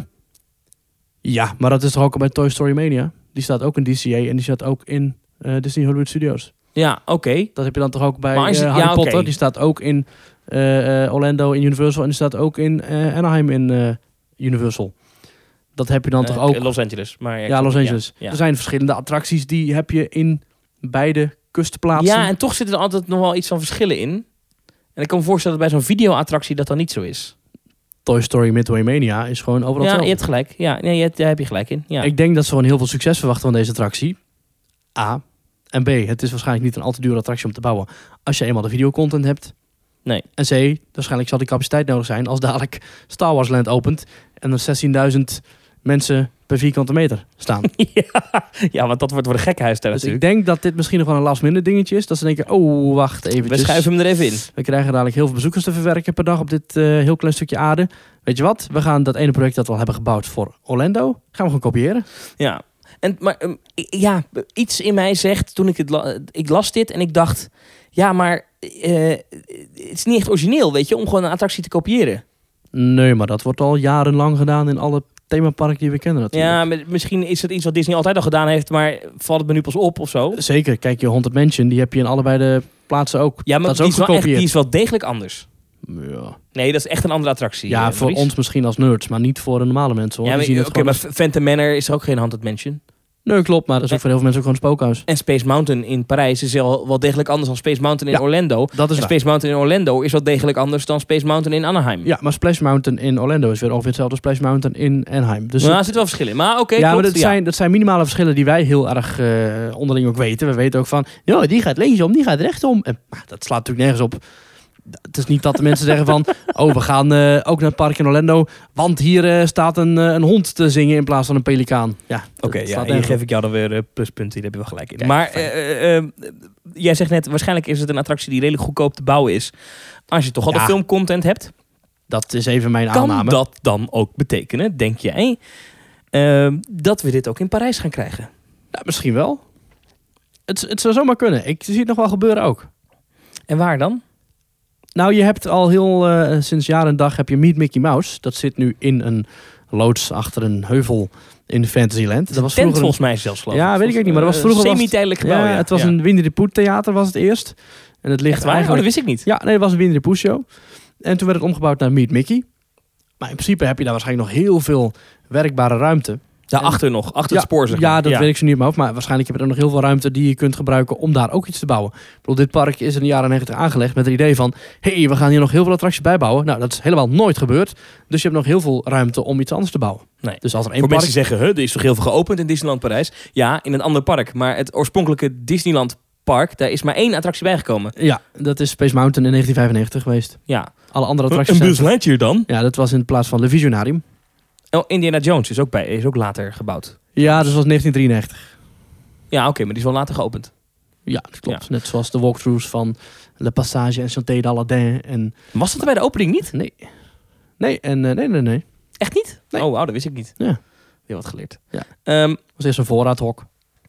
Ja, maar dat is toch ook al bij Toy Story Mania? Die staat ook in D C A en die staat ook in uh, Disney Hollywood Studios. Ja, oké. Okay. Dat heb je dan toch ook bij uh, Harry ja, Potter. Okay. Die staat ook in uh, uh, Orlando in Universal en die staat ook in uh, Anaheim in uh, Universal. Dat heb je dan uh, toch ook... Los Angeles. Maar ja, ja Los Angeles. Ja, ja. Er zijn verschillende attracties die heb je in beide kustplaatsen. Ja, en toch zitten er altijd nog wel iets van verschillen in. En ik kan me voorstellen dat bij zo'n videoattractie dat dan niet zo is. Toy Story Midway Mania is gewoon overal Ja, hetzelfde. je hebt gelijk. Ja, nee, je hebt, daar heb je gelijk in. Ja. Ik denk dat ze gewoon heel veel succes verwachten van deze attractie. A. En B. Het is waarschijnlijk niet een al te dure attractie om te bouwen. Als je eenmaal de videocontent hebt. Nee. En C. Waarschijnlijk zal die capaciteit nodig zijn als dadelijk Star Wars Land opent. En er zestienduizend mensen per vierkante meter staan. ja, ja, want dat wordt voor een gekhuis daar dus natuurlijk. ik denk dat dit misschien nog wel een last minute dingetje is. Dat ze denken, oh, wacht even. We schuiven hem er even in. We krijgen dadelijk heel veel bezoekers te verwerken per dag op dit uh, heel klein stukje aarde. Weet je wat? We gaan dat ene project dat we al hebben gebouwd voor Orlando, gaan we gewoon kopiëren. Ja, en, maar um, ja, iets in mij zegt, toen ik het la- ik las dit en ik dacht, ja, maar uh, het is niet echt origineel, weet je, om gewoon een attractie te kopiëren. Nee, maar dat wordt al jarenlang gedaan in alle themaparken die we kennen natuurlijk. Ja, maar misschien is het iets wat Disney altijd al gedaan heeft, maar valt het me nu pas op of zo? Zeker. Kijk, je Haunted Mansion, die heb je in allebei de plaatsen ook. Ja, maar dat die, is, is ook wel echt, die is wel degelijk anders. Ja. Nee, dat is echt een andere attractie. Ja, uh, voor Maurice. ons misschien als nerds, maar niet voor de normale mensen. Hoor. Ja, maar, oké, okay, maar Phantom Manor is ook geen Haunted Mansion. Nee, klopt, maar dat is ook voor heel veel mensen ook gewoon een spookhuis. En Space Mountain in Parijs is wel, wel degelijk anders dan Space Mountain in ja, Orlando. Dat is en Space Mountain in Orlando is wel degelijk anders dan Space Mountain in Anaheim. Ja, maar Splash Mountain in Orlando is weer ongeveer hetzelfde als Splash Mountain in Anaheim. Dus nou, er zit wel verschillen in. Maar oké, okay, ja, klopt. maar dat, ja. zijn, dat zijn minimale verschillen die wij heel erg uh, onderling ook weten. We weten ook van, ja, die gaat linksom, die gaat rechtsom. En, maar dat slaat natuurlijk nergens op. het is niet dat de mensen zeggen van... oh, we gaan uh, ook naar het park in Orlando... want hier uh, staat een, uh, een hond te zingen in plaats van een pelikaan. Ja, Oké, okay, ja, hier geef ik jou dan weer uh, pluspunten. Daar heb je wel gelijk in. Kijk, maar uh, uh, jij zegt net, waarschijnlijk is het een attractie die redelijk goedkoop te bouwen is. Als je toch al ja. de filmcontent hebt... Dat is even mijn kan aanname. Kan dat dan ook betekenen, denk jij... Uh, dat we dit ook in Parijs gaan krijgen? Ja, misschien wel. Het, het zou zomaar kunnen. Ik zie het nog wel gebeuren ook. En waar dan? Nou, je hebt al heel uh, sinds jaar en dag heb je Meet Mickey Mouse. Dat zit nu in een loods achter een heuvel in Fantasyland. Dat was tent vroeger volgens mij zelfs geloof ik. Ja, weet ik ook niet. Maar dat was vroeger uh, semi-tijdelijk gebouw. Ja, ja, het was ja. een Winnie the Pooh theater was het eerst. En het ligt Echt waar? eigenlijk... Oh, dat wist ik niet. Ja, nee, het was een Winnie the Pooh show. En toen werd het omgebouwd naar Meet Mickey. Maar in principe heb je daar waarschijnlijk nog heel veel werkbare ruimte. Daarachter nog, achter ja, het spoor zeg maar. Ja, dat ja. weet ik zo niet op mijn hoofd. Maar waarschijnlijk heb je er nog heel veel ruimte die je kunt gebruiken om daar ook iets te bouwen. Ik bedoel, dit park is in de jaren negentig aangelegd met het idee van... hé, hey, we gaan hier nog heel veel attracties bijbouwen. Nou, dat is helemaal nooit gebeurd. Dus je hebt nog heel veel ruimte om iets anders te bouwen. Nee. Dus als er één Voor park... mensen die zeggen, huh, er is toch heel veel geopend in Disneyland Parijs? Ja, in een ander park. Maar het oorspronkelijke Disneyland park, daar is maar één attractie bijgekomen. Ja, dat is Space Mountain in negentien vijfennegentig geweest. Ja. Alle andere attracties... Een Buzz Lightyear dan? Ja, dat was in plaats van Le Visionarium. Oh, Indiana Jones is ook, bij, is ook later gebouwd. Ja, dat was negentien drieënnegentig. Ja, oké, okay, maar die is wel later geopend. Ja, dat klopt. Ja. Net zoals de walkthroughs van Le Passage en Chanté d'Aladin. En... Was dat er bij de opening niet? Nee. Nee, en, uh, nee, nee, nee. Echt niet? Nee. Oh, wauw, dat wist ik niet. Ja. Weer wat geleerd. Ja. Um, was eerst een voorraadhok.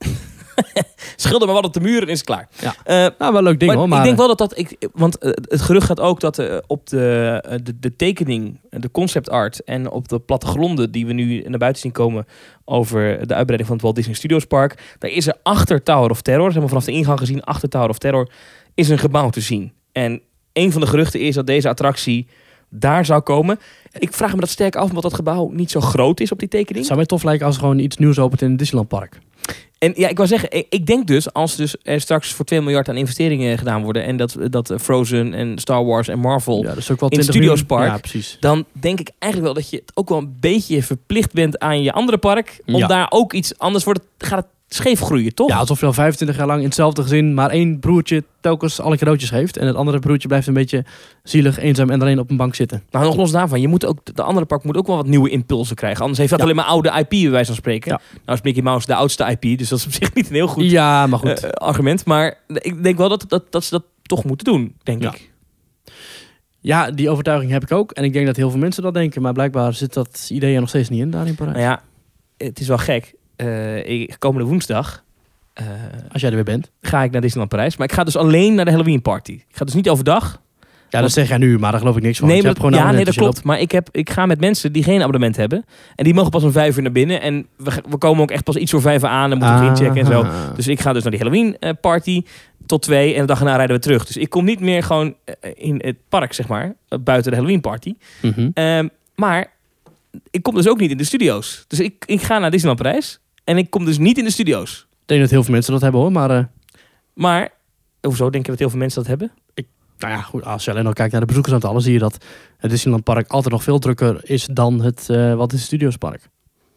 Schilder maar wat op de muur en is het klaar. Ja. Uh, nou, wel een leuk ding maar hoor. Maar ik denk wel dat dat... Ik, want uh, het gerucht gaat ook dat uh, op de, uh, de, de tekening, de concept art en op de plattegronden die we nu naar buiten zien komen over de uitbreiding van het Walt Disney Studios Park, daar is er achter Tower of Terror, zeg maar vanaf de ingang gezien, achter Tower of Terror, is een gebouw te zien. En een van de geruchten is dat deze attractie daar zou komen. Ik vraag me dat sterk af, omdat dat gebouw niet zo groot is op die tekening. Het zou mij tof lijken als er gewoon iets nieuws opent in het Disneyland Park. En ja, ik wou zeggen, ik, ik denk dus, als dus er straks voor twee miljard aan investeringen gedaan worden en dat, dat Frozen en Star Wars en Marvel ja, dat is ook wel in het Studios Park, ja, precies. Dan denk ik eigenlijk wel dat je het ook wel een beetje verplicht bent aan je andere park, om ja. daar ook iets, anders wordt het, gaat het scheef groeien, toch? Ja, alsof je al vijfentwintig jaar lang in hetzelfde gezin maar één broertje telkens alle cadeautjes geeft. En het andere broertje blijft een beetje zielig, eenzaam en alleen op een bank zitten. Nou, nog los daarvan, je moet ook, de andere park moet ook wel wat nieuwe impulsen krijgen. Anders heeft dat ja. alleen maar oude I P, bij wijze van spreken. Ja. Nou is Mickey Mouse de oudste I P, dus dat is op zich niet een heel goed, ja, maar goed. Uh, argument. Maar ik denk wel dat, dat, dat ze dat toch moeten doen, denk ja. ik. Ja, die overtuiging heb ik ook. En ik denk dat heel veel mensen dat denken. Maar blijkbaar zit dat idee er nog steeds niet in, daar in Parijs. Nou ja, het is wel gek. Uh, ik, komende woensdag... Uh, Als jij er weer bent. Ga ik naar Disneyland Parijs. Maar ik ga dus alleen naar de Halloween party. Ik ga dus niet overdag. Ja, dat zeg jij nu, maar daar geloof ik niks van. Nee, maar, maar, ja, nee dat klopt. Maar ik, heb, ik ga met mensen die geen abonnement hebben. En die mogen pas om vijf uur naar binnen. En we, we komen ook echt pas iets voor vijf uur aan. En moeten we inchecken en zo. Dus ik ga dus naar die Halloween uh, party tot twee. En de dag erna rijden we terug. Dus ik kom niet meer gewoon uh, in het park, zeg maar. Uh, buiten de Halloween party. Mm-hmm. Um, maar ik kom dus ook niet in de studio's. Dus ik, ik ga naar Disneyland Parijs. En ik kom dus niet in de studio's. Ik denk dat heel veel mensen dat hebben hoor, maar... Uh... Maar, hoezo denk je dat heel veel mensen dat hebben? Ik, nou ja, goed, als je alleen al kijkt naar de bezoekersaantallen, zie je dat het Disneyland Park altijd nog veel drukker is dan het uh, wat is het Studios Park.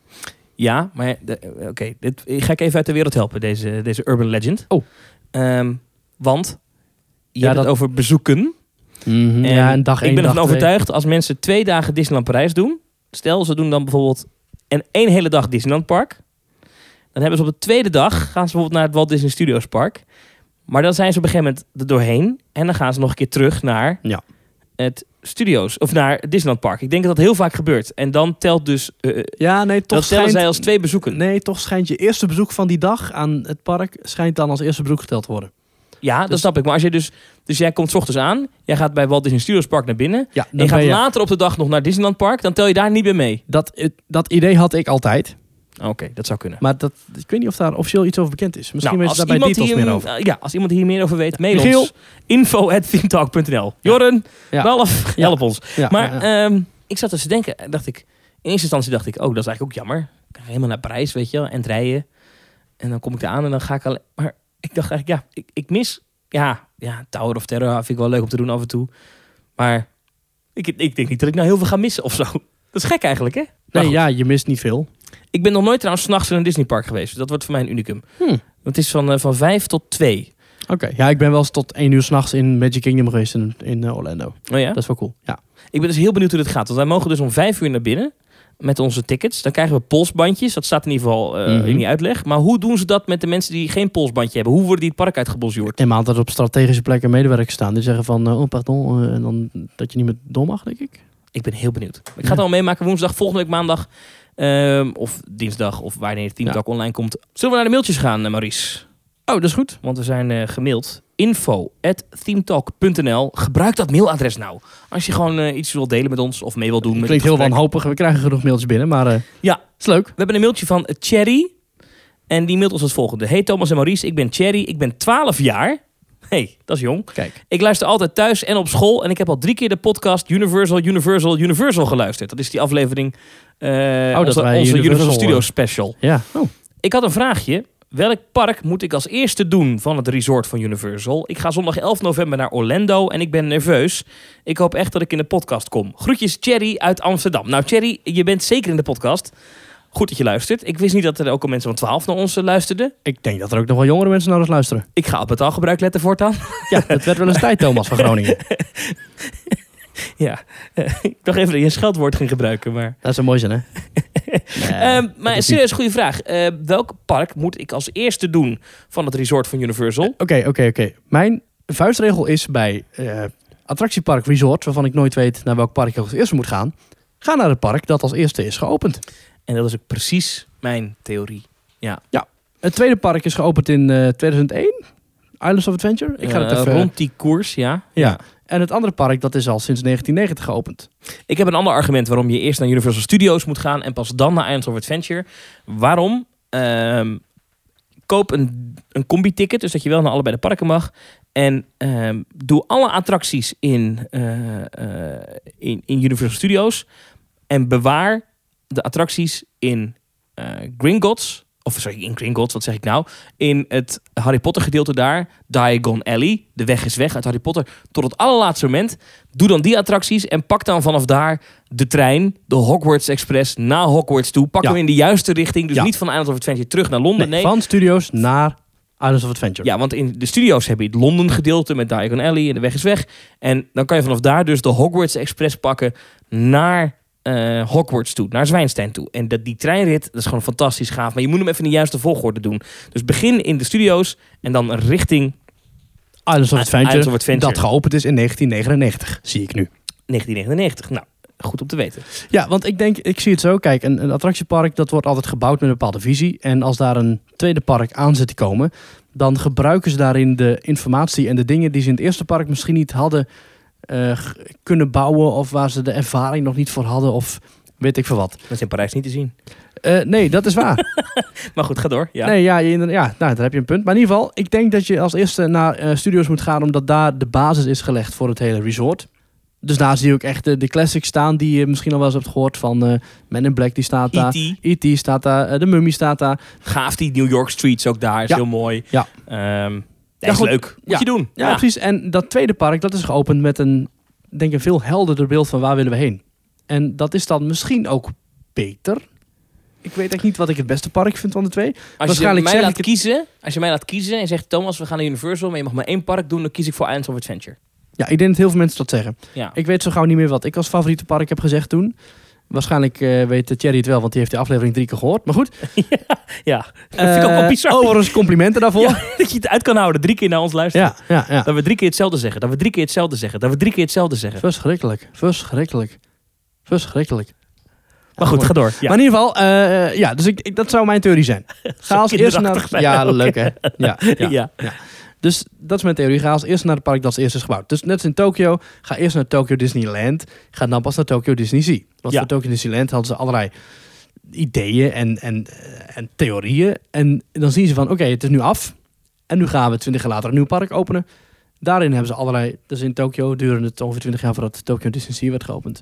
Ja, maar oké, okay, dit ga ik even uit de wereld helpen, deze, deze urban legend. Oh. Um, want je ja, hebt dat... het over bezoeken. Mm-hmm, en ja, een dag één, ik ben dag ervan twee. overtuigd, als mensen twee dagen Disneyland Parijs doen, stel ze doen dan bijvoorbeeld een één hele dag Disneyland Park, dan hebben ze op de tweede dag, gaan ze bijvoorbeeld naar het Walt Disney Studios Park. Maar dan zijn ze op een gegeven moment er doorheen. En dan gaan ze nog een keer terug naar ja. het Studios. Of naar het Disneyland Park. Ik denk dat dat heel vaak gebeurt. En dan telt dus... Uh, ja, nee, toch dat schijnt, tellen zij als twee bezoeken. Nee, toch schijnt je eerste bezoek van die dag aan het park schijnt dan als eerste bezoek geteld te worden. Ja, dus, dat snap ik. Maar als je dus... Dus jij komt 's ochtends aan. Jij gaat bij Walt Disney Studios Park naar binnen. Ja, en je gaat je... later op de dag nog naar Disneyland Park. Dan tel je daar niet meer mee. Dat, dat idee had ik altijd. Oké, okay, dat zou kunnen. Maar dat, ik weet niet of daar officieel iets over bekend is. Misschien nou, weten ze daar bij details hier, meer over. Uh, ja, als iemand hier meer over weet, mail Michiel. ons. info at themetalk punt n l. Jorren, ja. Ralf, ja. help ons. Ja, maar ja, ja. Um, ik zat dus te denken, dacht ik, in eerste instantie dacht ik, oh, dat is eigenlijk ook jammer. Ik ga helemaal naar Parijs, weet je wel, en het rijden. En dan kom ik eraan en dan ga ik alleen... Maar ik dacht eigenlijk, ja, ik, ik mis... Ja, ja, Tower of Terror vind ik wel leuk om te doen af en toe. Maar ik, ik denk niet dat ik nou heel veel ga missen of zo. Dat is gek eigenlijk, hè? Nee, goed. Ja, je mist niet veel. Ik ben nog nooit trouwens 's nachts in een Disneypark geweest. Dus dat wordt voor mij een unicum. Hmm. Het is van, uh, van vijf tot twee. Oké, okay. Ja, ik ben wel eens tot één uur s'nachts in Magic Kingdom geweest in, in uh, Orlando. Oh ja? Dat is wel cool, ja. Ik ben dus heel benieuwd hoe dit gaat. Want wij mogen dus om vijf uur naar binnen met onze tickets. Dan krijgen we polsbandjes. Dat staat in ieder geval uh, mm-hmm. in die uitleg. Maar hoe doen ze dat met de mensen die geen polsbandje hebben? Hoe worden die het park uitgebonjourd? En altijd op strategische plekken medewerkers staan. Die zeggen van, uh, oh pardon, uh, en dan dat je niet meer door mag, denk ik. Ik ben heel benieuwd. Ik ga het al meemaken woensdag, volgende week maandag. Um, of dinsdag, of wanneer het Team Talk ja. online komt. Zullen we naar de mailtjes gaan, uh, Maurice? Oh, dat is goed. Want we zijn uh, gemaild. info at themetalk punt n l. Gebruik dat mailadres nou. Als je gewoon uh, iets wilt delen met ons of mee wilt doen. Het klinkt heel wanhopig. We krijgen genoeg mailtjes binnen, maar uh, ja, is leuk. We hebben een mailtje van Thierry. En die mailt ons het volgende. Hey Thomas en Maurice, ik ben Thierry. Ik ben twaalf jaar. Hey, dat is jong. Kijk. Ik luister altijd thuis en op school. En ik heb al drie keer de podcast Universal, Universal, Universal geluisterd. Dat is die aflevering. Uh, oh, onze, onze Universal, Universal Studios special. Ja. Oh. Ik had een vraagje. Welk park moet ik als eerste doen van het resort van Universal? Ik ga zondag elf november naar Orlando en ik ben nerveus. Ik hoop echt dat ik in de podcast kom. Groetjes Thierry uit Amsterdam. Nou Thierry, je bent zeker in de podcast. Goed dat je luistert. Ik wist niet dat er ook al mensen van twaalf naar ons luisterden. Ik denk dat er ook nog wel jongere mensen naar ons luisteren. Ik ga op het taalgebruik letten voortaan. Ja, dat werd wel eens tijd, Thomas van Groningen. Ja, uh, ik dacht even dat je een scheldwoord ging gebruiken, maar... Dat zou mooi zijn, hè? nee, um, maar een serieus goede vraag. Uh, welk park moet ik als eerste doen van het resort van Universal? Oké, uh, oké, okay, oké. Okay. Mijn vuistregel is bij uh, attractiepark resort, waarvan ik nooit weet naar welk park ik als eerste moet gaan. Ga naar het park dat als eerste is geopend. En dat is ook precies mijn theorie. Ja. Ja. Het tweede park is geopend in uh, tweeduizend één. Islands of Adventure. Ik ga uh, het even... Rond die koers, ja. Ja. ja. En het andere park, dat is al sinds negentien negentig geopend. Ik heb een ander argument waarom je eerst naar Universal Studios moet gaan en pas dan naar Islands of Adventure. Waarom? Um, koop een, een combi-ticket, dus dat je wel naar allebei de parken mag. En um, doe alle attracties in, uh, uh, in, in Universal Studios. En bewaar de attracties in uh, Gringotts. Of sorry, in Gringotts, wat zeg ik nou? In het Harry Potter gedeelte daar. Diagon Alley. De weg is weg uit Harry Potter. Tot het allerlaatste moment. Doe dan die attracties. En pak dan vanaf daar de trein. De Hogwarts Express naar Hogwarts toe. Pak ja. hem in de juiste richting. Dus ja. niet van Islands of Adventure terug naar Londen. Nee, nee. van Studios naar Islands of Adventure. Ja, want in de Studios heb je het Londen gedeelte met Diagon Alley. En de weg is weg. En dan kan je vanaf daar dus de Hogwarts Express pakken naar... Uh, Hogwarts toe, naar Zwijnstein toe. En dat, die treinrit, dat is gewoon fantastisch gaaf. Maar je moet hem even in de juiste volgorde doen. Dus begin in de studio's en dan richting Islands of Adventure, Islands of Adventure. Dat geopend is in negentien negenennegentig, zie ik nu. negentien negenennegentig, nou, goed om te weten. Ja, want ik denk, ik zie het zo. Kijk, een, een attractiepark, dat wordt altijd gebouwd met een bepaalde visie. En als daar een tweede park aan zit te komen, dan gebruiken ze daarin de informatie en de dingen die ze in het eerste park misschien niet hadden Uh, kunnen bouwen of waar ze de ervaring nog niet voor hadden of weet ik veel wat. Dat is in Parijs niet te zien. Uh, nee, dat is waar. Maar goed, ga door. Ja, nee, ja, je, ja nou, daar heb je een punt. Maar in ieder geval, ik denk dat je als eerste naar uh, studios moet gaan omdat daar de basis is gelegd voor het hele resort. Dus daar zie je ook echt de, de classics staan die je misschien al wel eens hebt gehoord van uh, Men in Black, die staat daar. E T E T staat daar, uh, de Mummy staat daar. Gaaf, die New York Streets ook daar, is ja. heel mooi. Ja. Um, dat is ja, leuk. Moet ja. je doen. Ja, ja, precies. En dat tweede park, dat is geopend met een, denk ik, een veel helderder beeld van waar willen we heen. En dat is dan misschien ook beter. Ik weet eigenlijk niet wat ik het beste park vind van de twee. Als je mij laat kiezen, als je mij laat kiezen en zegt Thomas, we gaan naar Universal, maar je mag maar één park doen, dan kies ik voor Islands of Adventure. Ja, ik denk dat heel veel mensen dat zeggen. Ja. Ik weet zo gauw niet meer wat ik als favoriete park heb gezegd toen. Waarschijnlijk uh, weet Thierry het wel, want die heeft de aflevering drie keer gehoord. Maar goed. ja, ja. Dat Uh, vind ik ook wel bizar. Overigens complimenten daarvoor. Ja, dat je het uit kan houden, drie keer naar ons luisteren. Ja, ja, ja. Dat we drie keer hetzelfde zeggen, dat we drie keer hetzelfde zeggen, dat we drie keer hetzelfde zeggen. Verschrikkelijk, verschrikkelijk, verschrikkelijk. Maar goed, ga door. Ja. Maar in ieder geval, uh, ja, dus ik, ik, dat zou mijn theorie zijn. Ga als eerste naar... Ja, okay. leuk hè. Ja, ja, ja. ja. Dus dat is mijn theorie. Ga als eerste naar het park dat als eerste is gebouwd. Dus net als in Tokio, ga eerst naar Tokyo Disneyland. Ga dan pas naar Tokyo Disney Sea. Want ja. voor Tokyo Disneyland hadden ze allerlei ideeën en, en, en theorieën. En dan zien ze van, oké, okay, het is nu af. En nu gaan we twintig jaar later een nieuw park openen. Daarin hebben ze allerlei... Dus in Tokio duurde het ongeveer twintig jaar voordat Tokyo Disney Sea werd geopend.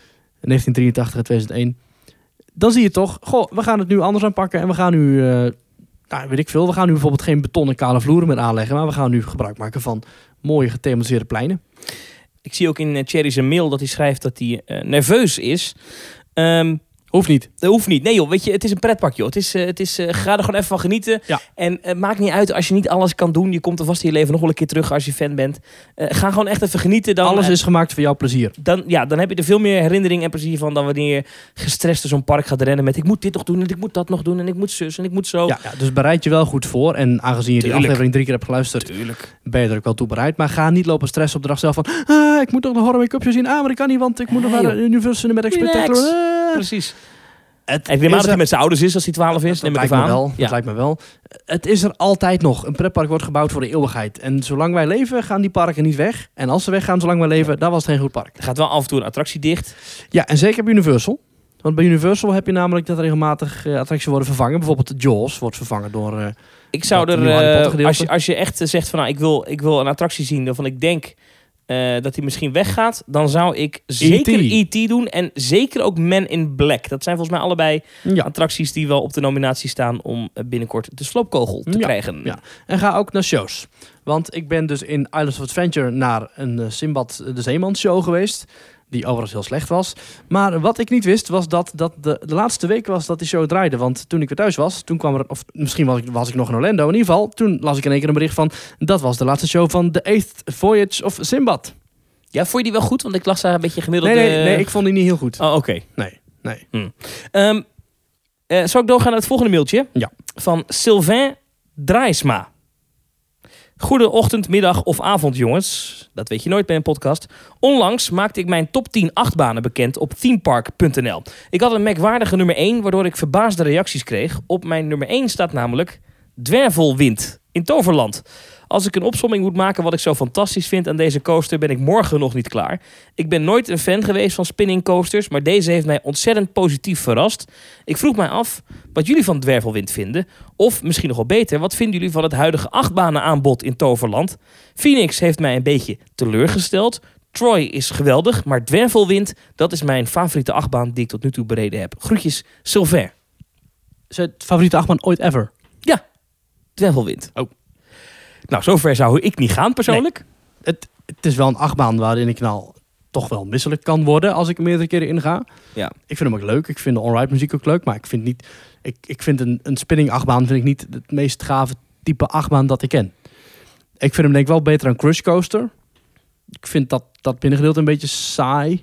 In negentien drieëntachtig en tweeduizend één. Dan zie je toch, goh, we gaan het nu anders aanpakken. En we gaan nu... Uh, Nou, weet ik veel. We gaan nu bijvoorbeeld geen betonnen kale vloeren meer aanleggen. Maar we gaan nu gebruik maken van mooie gethematiseerde pleinen. Ik zie ook in uh, Thierry's mail dat hij schrijft dat hij uh, nerveus is. Um, Hoeft niet. Dat hoeft niet. Nee joh, weet je, het is een pretpark joh. Het is, uh, het is, uh, ga er gewoon even van genieten. Ja. En uh, maakt niet uit als je niet alles kan doen. Je komt er vast in je leven nog wel een keer terug als je fan bent. Uh, ga gewoon echt even genieten. Dan, Alles uh, is gemaakt voor jouw plezier. Dan, ja, dan heb je er veel meer herinnering en plezier van dan wanneer je gestrest door zo'n park gaat rennen met ik moet dit nog doen en ik moet dat nog doen en ik moet zus en ik moet zo. Ja, ja, dus bereid je wel goed voor. En aangezien je die Tuurlijk. aflevering drie keer hebt geluisterd, Tuurlijk. ben je er ook wel toe bereid. Maar ga niet lopen stressen op de dag zelf van ah, ik moet nog een Horror Wake Up Show zien. Ah, maar ik kan niet, want ik moet nog Nee, naar de joh. Universal Cinematic Relax. Spectacular. Ah. Precies. Het Ik neem aan dat er- hij met zijn ouders is als hij twaalf is. Dat Neem ik lijkt even me aan. wel. Ja. Dat lijkt me wel. Het is er altijd nog. Een pretpark wordt gebouwd voor de eeuwigheid. En zolang wij leven, gaan die parken niet weg. En als ze weggaan, zolang wij leven, dan was het geen goed park. Er gaat wel af en toe een attractie dicht. Ja, en zeker bij Universal. Want bij Universal heb je namelijk dat regelmatig uh, attracties worden vervangen. Bijvoorbeeld de Jaws wordt vervangen door... Uh, Ik zou Dat er, nieuwe Harry uh, Potter gedeelte. als, je, als je echt uh, zegt van nou, ik wil, ik wil een attractie zien waarvan ik denk uh, dat hij misschien weggaat, dan zou ik zeker E T doen en zeker ook Men in Black. Dat zijn volgens mij allebei ja. attracties die wel op de nominatie staan om uh, binnenkort de sloopkogel te Ja, krijgen. ja. En ga ook naar shows. Want ik ben dus in Islands of Adventure naar een uh, Sinbad de Zeeman show geweest. Die overigens heel slecht was. Maar wat ik niet wist, was dat, dat de, de laatste week was dat die show draaide. Want toen ik weer thuis was, toen kwam er... Of misschien was ik, was ik nog in Orlando. In ieder geval, toen las ik in één keer een bericht van... Dat was de laatste show van The Eighth Voyage of Sinbad. Ja, vond je die wel goed? Want ik las daar een beetje gemiddeld... Nee, nee, nee, ik vond die niet heel goed. Oh, oké. Okay. Nee, nee. Hm. Um, uh, zal ik doorgaan naar het volgende mailtje? Ja. Van Sylvain Draaisma. Goedeochtend, middag of avond, jongens. Dat weet je nooit bij een podcast. Onlangs maakte ik mijn top tien achtbanen bekend op themepark punt n l. Ik had een merkwaardige nummer één, waardoor ik verbaasde reacties kreeg. Op mijn nummer één staat namelijk Dwervelwind in Toverland. Als ik een opsomming moet maken wat ik zo fantastisch vind aan deze coaster, ben ik morgen nog niet klaar. Ik ben nooit een fan geweest van spinning coasters, maar deze heeft mij ontzettend positief verrast. Ik vroeg mij af wat jullie van Dwervelwind vinden. Of misschien nog wel beter, wat vinden jullie van het huidige achtbanenaanbod in Toverland? Phoenix heeft mij een beetje teleurgesteld. Troy is geweldig, maar Dwervelwind, dat is mijn favoriete achtbaan die ik tot nu toe bereden heb. Groetjes, Sylvain. Is het favoriete achtbaan ooit ever? Ja, Dwervelwind. Oh. Nou, zover zou ik niet gaan persoonlijk. Nee. Het, het is wel een achtbaan waarin ik nou toch wel misselijk kan worden als ik er meerdere keren inga. Ja. Ik vind hem ook leuk. Ik vind de on-ride muziek ook leuk. Maar ik vind niet. Ik, ik vind een, een spinning achtbaan vind ik niet het meest gave type achtbaan dat ik ken. Ik vind hem denk ik wel beter dan Crush Coaster. Ik vind dat, dat binnengedeelte een beetje saai.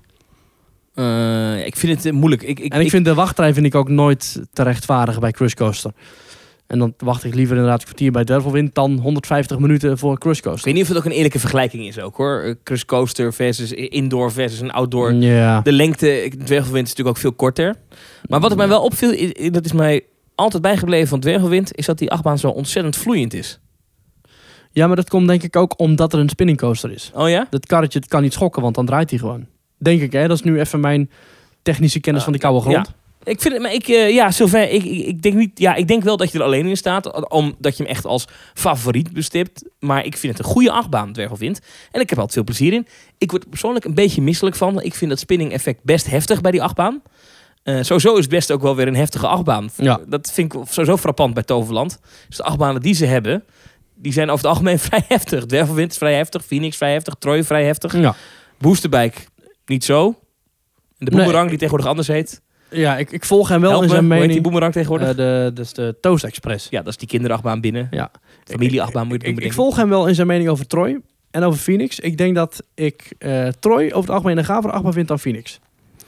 Uh, ik vind het uh, moeilijk. Ik, ik, en ik, ik vind de wachtrij vind ik ook nooit te rechtvaardigen bij Crush Coaster. En dan wacht ik liever inderdaad een kwartier bij Dwervelwind dan honderdvijftig minuten voor Crush Coaster. Ik weet niet of het ook een eerlijke vergelijking is ook hoor. Uh, Crush Coaster versus indoor versus een outdoor. Ja. De lengte, Dwervelwind is natuurlijk ook veel korter. Maar wat mij wel opviel, dat is mij altijd bijgebleven van Dwervelwind, is dat die achtbaan zo ontzettend vloeiend is. Ja, maar dat komt denk ik ook omdat er een spinning coaster is. Oh ja? Dat karretje het kan niet schokken, want dan draait hij gewoon. Denk ik, hè? Dat is nu even mijn technische kennis uh, van die koude grond. Ja. Ik vind het, maar ik, uh, ja, Sylvain, ik, ik, ik denk niet, ja, ik denk wel dat je er alleen in staat, omdat je hem echt als favoriet bestipt. Maar ik vind het een goede achtbaan, Dwervelwind. En ik heb er altijd veel plezier in. Ik word er persoonlijk een beetje misselijk van. Ik vind dat spinning effect best heftig bij die achtbaan. Uh, sowieso is het best ook wel weer een heftige achtbaan. Ja. Dat vind ik sowieso frappant bij Toverland. Dus de achtbanen die ze hebben, die zijn over het algemeen vrij heftig. Dwervelwind is vrij heftig, Phoenix vrij heftig, Troy vrij heftig. Ja. Boosterbike niet zo. De Boomerang nee. die tegenwoordig anders heet. Ja, ik, ik volg hem wel Help in me, zijn mening. Hoe heet die Boomerang tegenwoordig? Uh, de, dat is de Toast Express. Ja, dat is die kinderachtbaan binnen. Ja. Familieachtbaan moet je ik, ik, ik volg hem wel in zijn mening over Troy en over Phoenix. Ik denk dat ik uh, Troy over het algemeen een gaver achtbaan vind dan Phoenix.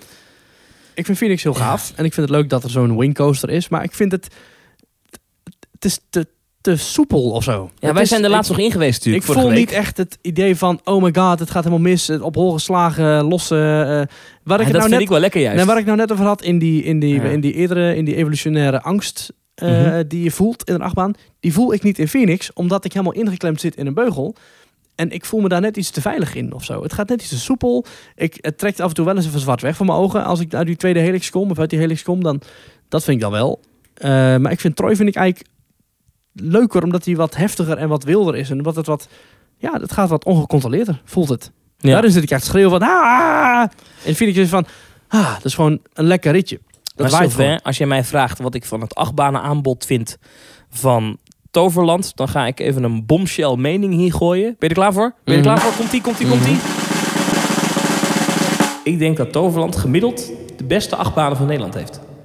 Ik vind Phoenix heel gaaf. Ja. En ik vind het leuk dat er zo'n wingcoaster is. Maar ik vind het... Het is te, te soepel of zo. Ja, het wij is, zijn er laatst ik, nog in geweest natuurlijk. Ik voel week. niet echt het idee van... Oh my god, het gaat helemaal mis. Op hol geslagen, losse... Uh, waar ik ja, dat nou vind net, ik wel lekker juist. Nee, waar ik nou net over had in die, in die, ja. in die eerdere... In die evolutionaire angst... Uh, mm-hmm. Die je voelt in een achtbaan. Die voel ik niet in Phoenix. Omdat ik helemaal ingeklemd zit in een beugel. En ik voel me daar net iets te veilig in of zo. Het gaat net iets te soepel. Ik, het trekt af en toe wel eens even zwart weg van mijn ogen. Als ik uit die tweede helix kom, of uit die helix kom, dan... Dat vind ik dan wel. Uh, maar ik vind Troy vind ik eigenlijk leuker, omdat hij wat heftiger en wat wilder is. En wat het wat... Ja, het gaat wat ongecontroleerder, voelt het. Ja. Daarin zit ik echt schreeuwen van... Ah! En Phoenix is van... Ah, dat is gewoon een lekker ritje. Dat maar Sylvain, als jij mij vraagt wat ik van het achtbanen aanbod vind van Toverland, dan ga ik even een bombshell mening hier gooien. Ben je er klaar voor? Ben je er klaar voor? Komt-ie, komt-ie, komt-ie. Ik denk dat Toverland gemiddeld de beste achtbanen van Nederland heeft.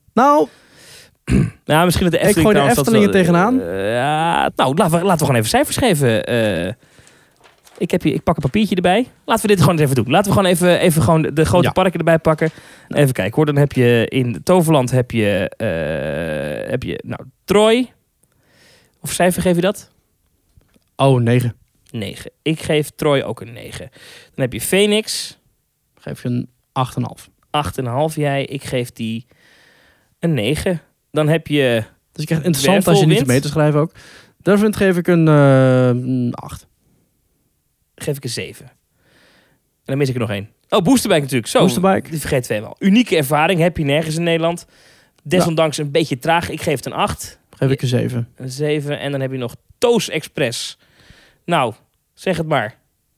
Nou, Nou, misschien dat de ik Efteling... gooi de trouwens dat Eftelingen wel- tegenaan. eh, ja, nou, laten we, laten we gewoon even cijfers geven. Eh, ik, heb hier, ik pak een papiertje erbij. Laten we dit gewoon eens even doen. Laten we gewoon even, even gewoon de grote Ja. parken erbij pakken. Even kijken hoor. Dan heb je in Toverland heb je, eh, heb je nou, Troy. Of cijfer geef je dat? Oh, negen. negen. Ik geef Troy ook een negen. Dan heb je Phoenix. Geef je een acht komma vijf. acht komma vijf jij. Ik geef die een negen. Dan heb je... Dus ik krijg het interessant als je niet Wervelwind. mee te schrijven ook. Daarvan geef ik een uh, acht. Geef ik een zeven. En dan mis ik er nog één. Oh, Boosterbike natuurlijk. Zo, Boosterbike. die vergeet we helemaal. Unieke ervaring heb je nergens in Nederland. Desondanks een beetje traag. Ik geef het een acht. Geef ik een zeven. Een zeven. En dan heb je nog Toos Express. Nou, zeg het maar.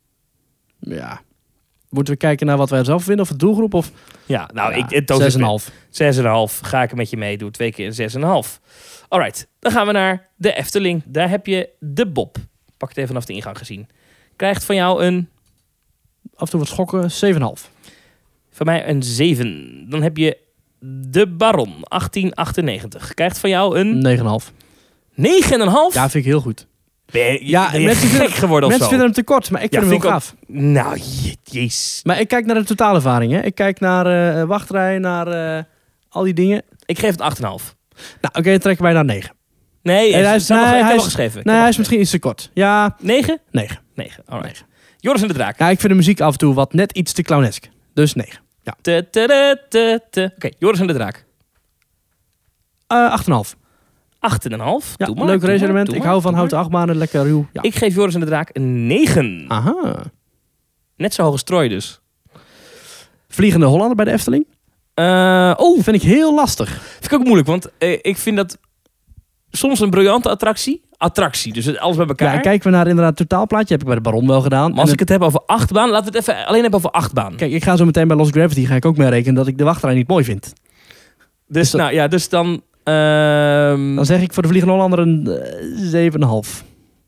Ja. Moeten we kijken naar wat wij er zelf vinden of de doelgroep? Of Ja, nou, ja, ik, het Toos zes komma Express. vijf. zes komma vijf. Ga ik er met je mee. Doe twee keer een zes komma vijf. Alright, dan gaan we naar de Efteling. Daar heb je de Bob. Pak het even vanaf de ingang gezien. Krijgt van jou een... Af en toe wat schokken, zeven komma vijf. Van mij een zeven. Dan heb je de Baron, achttien achtennegentig. Krijgt van jou een negen komma vijf. negen komma vijf? Ja, vind ik heel goed. Ben je, Ja, ben je mensen gek vinden- geworden of Mensen zo? vinden hem te kort, maar ik Ja, vind hem vind heel ik gaaf. Nou, je- jeez. Maar ik kijk naar de totalervaring. Hè. Ik kijk naar uh, wachtrij, naar uh, al die dingen. Ik geef het acht komma vijf. Nou, oké, okay, dan trekken wij naar negen. Nee, Nee, hij is- hij, nee, nog, ik hij heb is- al geschreven. Ik Nee, heb hij al is misschien iets te kort. Ja, negen? negen. negen, alright. Joris en de Draak. Ja, ik vind de muziek af en toe wat net iets te clownesk. Dus negen. Ja. Te, te, te, te, te. Oké, Joris en de Draak. Uh, acht komma vijf. acht komma vijf. Ja, Doe maar, leuk doe maar, raceelement. doe Ik maar, hou van doe houten maar. achtbanen, lekker ruw. Ja. Ik geef Joris en de Draak een negen. Aha. Net zo hoog als Troy dus. Vliegende Hollander bij de Efteling. Eh, oh, Vind ik heel lastig. vind ik ook moeilijk, want eh, ik vind dat soms een briljante attractie. Attractie, dus het- alles bij elkaar. Ja, en kijken we naar inderdaad het totaalplaatje. Heb ik bij de Baron wel gedaan. Maar als En ik het heb over achtbaan, laten we het even alleen hebben over achtbaan. Kijk, ik ga zo meteen bij Lost Gravity ga ik ook mee rekenen dat ik de wachtrij niet mooi vind. dus, dat- nou ja, dus dan... ehm, Dan zeg ik voor de Vliegende Hollander een uh, zeven komma vijf.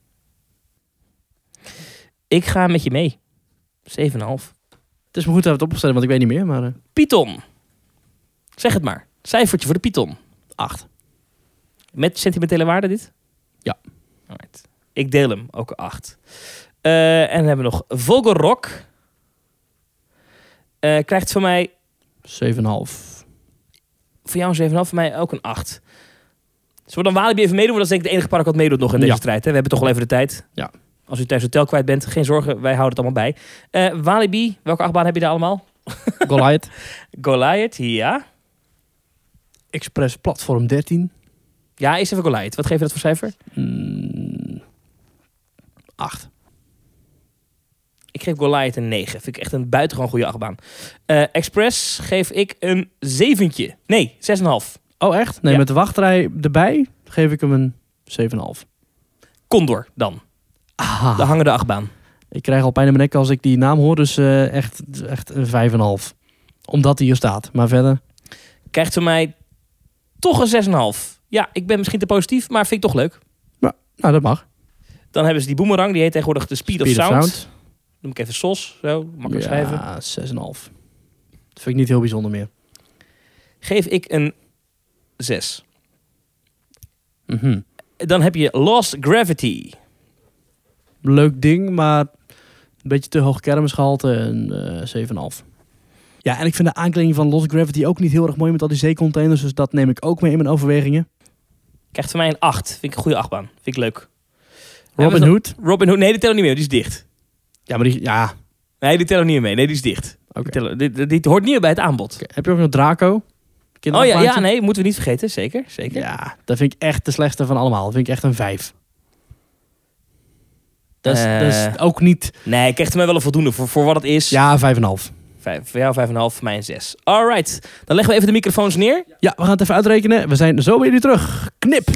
ik ga met je mee. zeven komma vijf. Het is me goed dat we het opstellen, want ik weet niet meer. Maar uh, Python. Zeg het maar. Cijfertje voor de Python. acht. Met sentimentele waarde dit? Ja. Alright. Ik deel hem, ook een acht. Eh, en dan hebben we nog Vogelrok. Eh krijgt van mij, zeven komma vijf. voor jou een zeven komma vijf, voor mij ook een acht. Zullen we dan Walibi even meedoen? Want dat is denk ik de enige park wat meedoet nog in deze Ja. strijd. Hè? We hebben toch wel even de tijd. Ja. Als u thuis hotel kwijt bent, geen zorgen. Wij houden het allemaal bij. Eh, Walibi, welke achtbaan heb je daar allemaal? Goliath. Goliath, ja. Express Platform dertien. Ja, is even Goliath. Wat geef je dat voor cijfer? Mm, acht. Ik geef Goliath een negen. Vind ik echt een buitengewoon goede achtbaan. Eh, Express geef ik een zeventje. Nee, zes komma vijf. Oh, echt? Nee, Ja. met de wachtrij erbij geef ik hem een zeven komma vijf. Condor dan. Aha. De hangende achtbaan. Ik krijg al pijn in mijn nek als ik die naam hoor. Dus uh, echt, echt een vijf komma vijf. Omdat hij hier staat. Maar verder... Krijgt van mij toch een zes komma vijf. Ja, ik ben misschien te positief, maar vind ik toch leuk. Nou, dat mag. Dan hebben ze die boomerang. Die heet tegenwoordig de Speed, Speed of of Sound. Sound. Noem ik even S O S. Zo, makkelijk schrijven. Ja, zes komma vijf. Dat vind ik niet heel bijzonder meer. Geef ik een zes. Mhm. Dan heb je Lost Gravity. Leuk ding, maar een beetje te hoog kermisgehalte en uh, zeven komma vijf. Ja, en ik vind de aankleding van Lost Gravity ook niet heel erg mooi met al die zeecontainers. Dus dat neem ik ook mee in mijn overwegingen. Krijgt van mij een acht. Vind ik een goede achtbaan. Vind ik leuk. Robin En we- Hood. Robin Hood. Nee, die tellen niet meer. Die is dicht. Ja, maar die... Ja, oké. Nee, die tellen niet meer mee. Nee, die is dicht. Die, tellen, die, die, die hoort niet meer bij het aanbod. Heb je ook nog Draco? Oh ja, Kinderachtbaantje? ja, nee, moeten we niet vergeten. Zeker, zeker. Ja, dat vind ik echt de slechtste van allemaal. Dat vind ik echt een vijf. Dat is, Eh. dat is ook niet... Nee, ik krijg er mij wel een voldoende voor, voor wat het is. Ja, vijf komma vijf. Vijf, voor jou vijf komma vijf, voor mij een zes. Alright, dan leggen we even de microfoons neer. Ja, we gaan het even uitrekenen. We zijn zo bij jullie terug. Knip!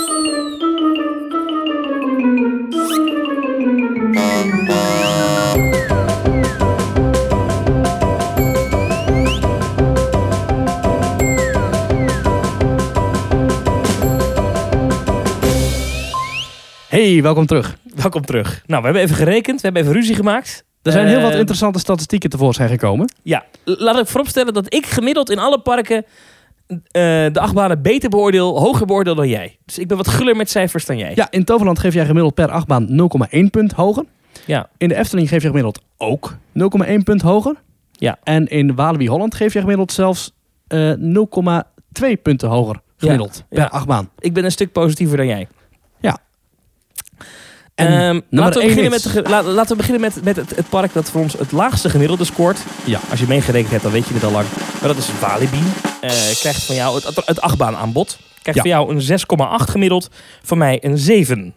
Hey, welkom terug. Welkom terug. Nou, we hebben even gerekend. We hebben even ruzie gemaakt. Er zijn heel wat Eh, interessante statistieken tevoorschijn gekomen. Ja, l- laat ik vooropstellen dat ik gemiddeld in alle parken uh, de achtbanen beter beoordeel, hoger beoordeel dan jij. Dus ik ben wat guller met cijfers dan jij. Ja, in Toverland geef jij gemiddeld per achtbaan nul komma één punt hoger. Ja. In de Efteling geef je gemiddeld ook nul komma één punt hoger. Ja. En in Walibi Holland geef je gemiddeld zelfs uh, nul komma twee punten hoger gemiddeld Ja. per Ja. achtbaan. Ik ben een stuk positiever dan jij. Ja. En Um, laten, we beginnen is... met de, ge- la, laten we beginnen met, met het, het park dat voor ons het laagste gemiddelde scoort. Ja. Als je meegerekend hebt, dan weet je het al lang. Maar dat is Walibi. Uh, krijgt van jou het, het achtbaanaanbod. Krijgt Ja. van jou een zes komma acht gemiddeld. Van mij een zeven.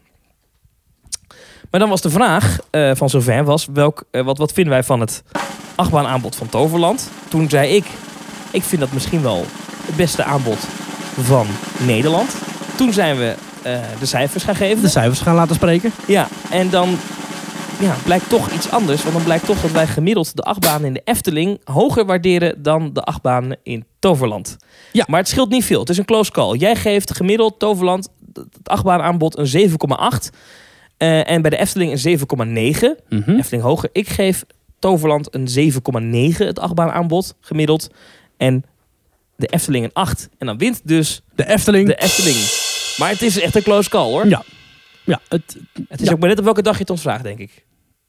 Maar dan was de vraag uh, van Sylvain was, welk, uh, wat, wat vinden wij van het achtbaanaanbod van Toverland? Toen zei ik, ik vind dat misschien wel het beste aanbod van Nederland. Toen zijn we uh, de cijfers gaan geven. De cijfers gaan laten spreken. Ja, en dan ja, blijkt toch iets anders. Want dan blijkt toch dat wij gemiddeld de achtbanen in de Efteling hoger waarderen dan de achtbanen in Toverland. Ja. Maar het scheelt niet veel. Het is een close call. Jij geeft gemiddeld Toverland het achtbaanaanbod een zeven komma acht. Uh, en bij de Efteling een zeven komma negen. Mm-hmm. Efteling hoger. Ik geef Toverland een zeven komma negen het achtbaanaanbod gemiddeld. En de Efteling een acht. En dan wint dus De Efteling. de Efteling. Maar het is echt een close call hoor. Ja. Ja, het, Het is ja. ook maar net op welke dag je het ons vraagt, denk ik.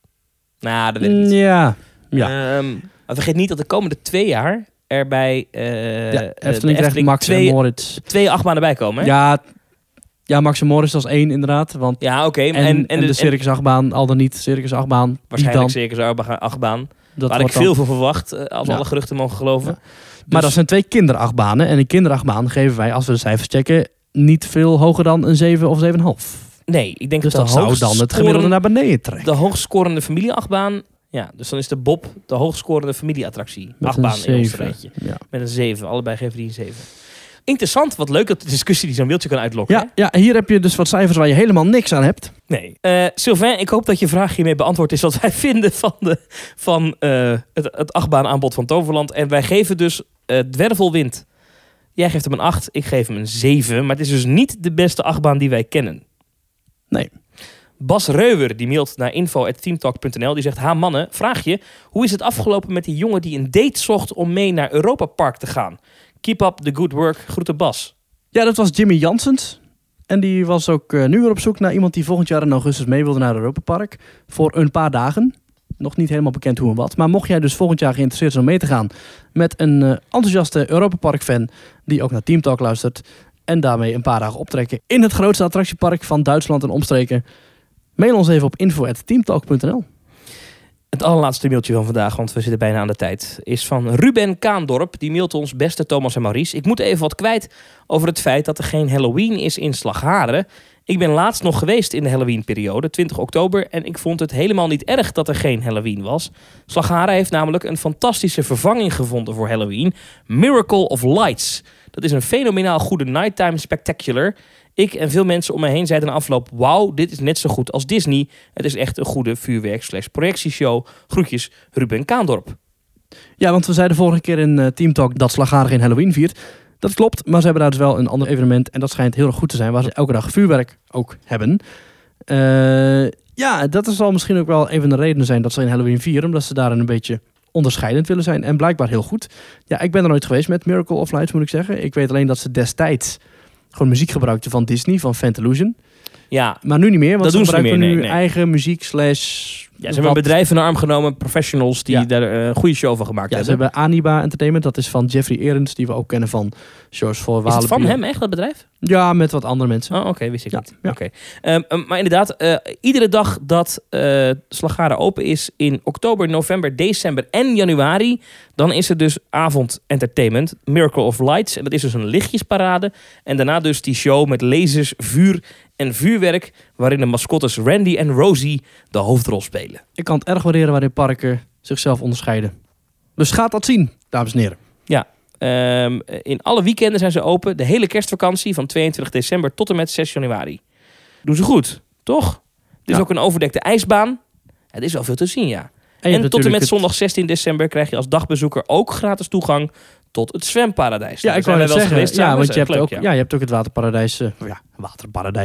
Nou, dat weet ik niet. Ja. Ja. Um, maar vergeet niet dat de komende twee jaar er bij uh, ja, Efteling krijgt Max twee, en Moritz. twee achtbanen bij komen. Hè? Ja, ja, Max en Moritz als één inderdaad. Want Ja, oké. en, En, en, en, de en circus achtbaan, al dan niet circus achtbaan. waarschijnlijk die circus achtbaan, achtbaan dan, waar dat ik wordt veel dan, van verwacht, uh, als Ja. alle geruchten mogen geloven. Ja. Dus, Maar dat zijn twee kinderachtbanen. En een kinderachtbaan geven wij, als we de cijfers checken, niet veel hoger dan een zeven of zeven komma vijf. nee, ik denk Dus dat dat de zou dan het hoogst gemiddelde scorende- naar beneden trekken. de hoogst scorende familieachtbaan. Ja, dus dan is de Bob de hoogst scorende familieattractie. Met een Achtbaan in ons zeven. rijtje. Ja. Met een zeven. Allebei geven die een zeven. Interessant, wat leuk dat de discussie die zo'n wieltje kan uitlokken. hè? Ja, ja, hier heb je dus wat cijfers waar je helemaal niks aan hebt. Nee. Uh, Sylvain, ik hoop dat je vraag hiermee beantwoord is wat wij vinden van, de, van uh, het, het achtbaanaanbod van Toverland. En wij geven dus uh, Dwervelwind. Jij geeft hem een acht, ik geef hem een zeven. Maar het is dus niet de beste achtbaan die wij kennen. Nee. Bas Reuwer, die mailt naar info at teamtalk punt n l. Die zegt, ha mannen, vraag je, hoe is het afgelopen met die jongen die een date zocht om mee naar Europa Park te gaan? Keep up the good work. Groeten Bas. Ja, dat was Jimmy Janssens. En die was ook uh, nu weer op zoek naar iemand die volgend jaar in augustus mee wilde naar Europa Park. Voor een paar dagen. Nog niet helemaal bekend hoe en wat. Maar mocht jij dus volgend jaar geïnteresseerd zijn om mee te gaan met een uh, enthousiaste Europa Park fan die ook naar Team Talk luistert en daarmee een paar dagen optrekken in het grootste attractiepark van Duitsland en omstreken, mail ons even op info at teamtalk punt n l. Het allerlaatste mailtje van vandaag, want we zitten bijna aan de tijd, is van Ruben Kaandorp. Die mailt ons, beste Thomas en Maurice. Ik moet even wat kwijt over het feit dat er geen Halloween is in Slagharen. Ik ben laatst nog geweest in de Halloween-periode, twintig oktober... en ik vond het helemaal niet erg dat er geen Halloween was. Slagharen heeft namelijk een fantastische vervanging gevonden voor Halloween. Miracle of Lights. Dat is een fenomenaal goede nighttime spectacular. Ik en veel mensen om me heen zeiden na afloop, wauw, dit is net zo goed als Disney. Het is echt een goede vuurwerk slash projectieshow. Groetjes, Ruben Kaandorp. Ja, want we zeiden vorige keer in uh, Team Talk dat Slagharen geen Halloween viert. Dat klopt, maar ze hebben daar dus wel een ander evenement. En dat schijnt heel erg goed te zijn, waar ze elke dag vuurwerk ook hebben. Uh, ja, dat zal misschien ook wel een van de redenen zijn dat ze geen Halloween vieren. Omdat ze daar een beetje onderscheidend willen zijn. En blijkbaar heel goed. Ja, ik ben er nooit geweest met Miracle of Lights, moet ik zeggen. Ik weet alleen dat ze destijds gewoon muziek gebruikten van Disney, van Fantalusion. Ja, maar nu niet meer, want dat ze doen ze gebruiken niet meer, nu nee, nee. eigen muziek slash... Ja, ze hebben een bedrijf in de arm genomen, professionals die Ja. daar een goede show van gemaakt Ja, ze hebben. hebben Aniba Entertainment, dat is van Jeffrey Ahrens, die we ook kennen van shows voor Is Walibi. het van hem echt, dat bedrijf? Ja, met wat andere mensen. Oh, oké, okay, wist ik Ja, niet. ja. Okay. Um, um, maar inderdaad, uh, iedere dag dat uh, Slagharen open is in oktober, november, december en januari, dan is er dus avond entertainment, Miracle of Lights. En dat is dus een lichtjesparade. En daarna dus die show met lasers, vuur en vuurwerk, waarin de mascottes Randy en Rosie de hoofdrol spelen. Ik kan het erg waarderen waarin parken zichzelf onderscheiden. Dus gaat dat zien, dames en heren. Ja. Um, in alle weekenden zijn ze open. De hele kerstvakantie van tweeëntwintig december tot en met zes januari. Doen ze goed, toch? Er is Ja. ook een overdekte ijsbaan. Het is wel veel te zien, ja. En, En, je hebt tot en met natuurlijk zondag zestien december krijg je als dagbezoeker ook gratis toegang tot het zwemparadijs. Het, ja, Daar ik zijn wou wij net wel eens zeggen. geweest Ja, samen. want Dat je is hebt, echt ook, leuk, ja. je hebt ook het waterparadijs. Uh, ja, waterparadijs.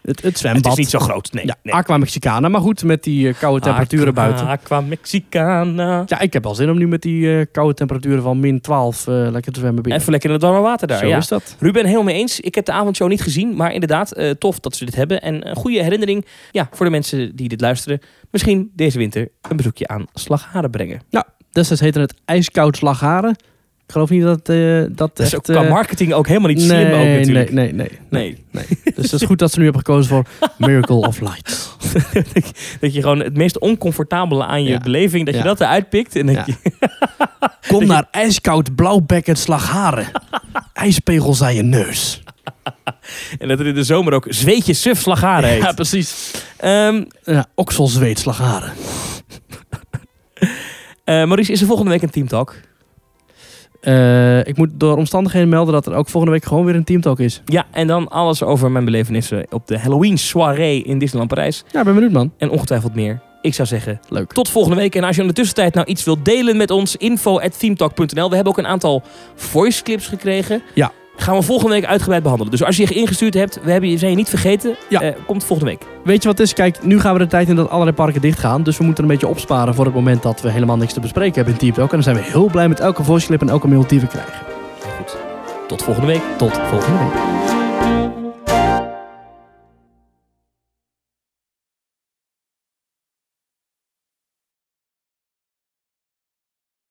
Het, het zwembad. Het is niet zo groot, nee. Ja, nee. Aqua Mexicana. Maar goed, met die uh, koude temperaturen Aqua, buiten. Aqua Mexicana. Ja, ik heb al zin om nu met die uh, koude temperaturen van min twaalf uh, lekker te zwemmen binnen. Even lekker in het warme water daar. Zo ja. is dat. Ruben, helemaal mee eens. Ik heb de avondshow niet gezien, maar inderdaad, uh, tof dat ze dit hebben. En een goede herinnering ja, voor de mensen die dit luisteren. Misschien deze winter een bezoekje aan Slagharen brengen. Ja, destijds heette het ijskoud Slagharen. Ik geloof niet dat uh, dat, dat is echt... ook qua uh, marketing ook helemaal niet slim nee, ook natuurlijk. Nee, nee, nee. nee. nee. Dus het is goed dat ze nu hebben gekozen voor Miracle of Light. Dat je gewoon het meest oncomfortabele aan je ja. beleving, dat je ja. dat eruit pikt. En dat ja. je Kom dat naar je... ijskoud Blauwbekken Slagharen. IJspegels aan je neus. En dat er in de zomer ook zweetje suf Slagharen heet. Ja, precies. Um, ja, okselzweet Slagharen. uh, Maurice, is er volgende week een teamtalk? Uh, ik moet door omstandigheden melden dat er ook volgende week gewoon weer een teamtalk is. Ja, en dan alles over mijn belevenissen op de Halloween soirée in Disneyland Parijs. Ja, ben benieuwd man. En ongetwijfeld meer. Ik zou zeggen, leuk. Tot volgende week. En als je in de tussentijd nou iets wilt delen met ons, info at themetalk punt n l. We hebben ook een aantal voice clips gekregen. Ja. Gaan we volgende week uitgebreid behandelen. Dus als je je ingestuurd hebt, we hebben je, zijn je niet vergeten. Ja. Uh, komt volgende week. Weet je wat het is? Kijk, nu gaan we de tijd in dat allerlei parken dicht gaan. Dus we moeten een beetje opsparen voor het moment dat we helemaal niks te bespreken hebben in Teamtalk. En dan zijn we heel blij met elke voice clip en elke mail die we krijgen. Goed. Tot volgende week. Tot volgende week.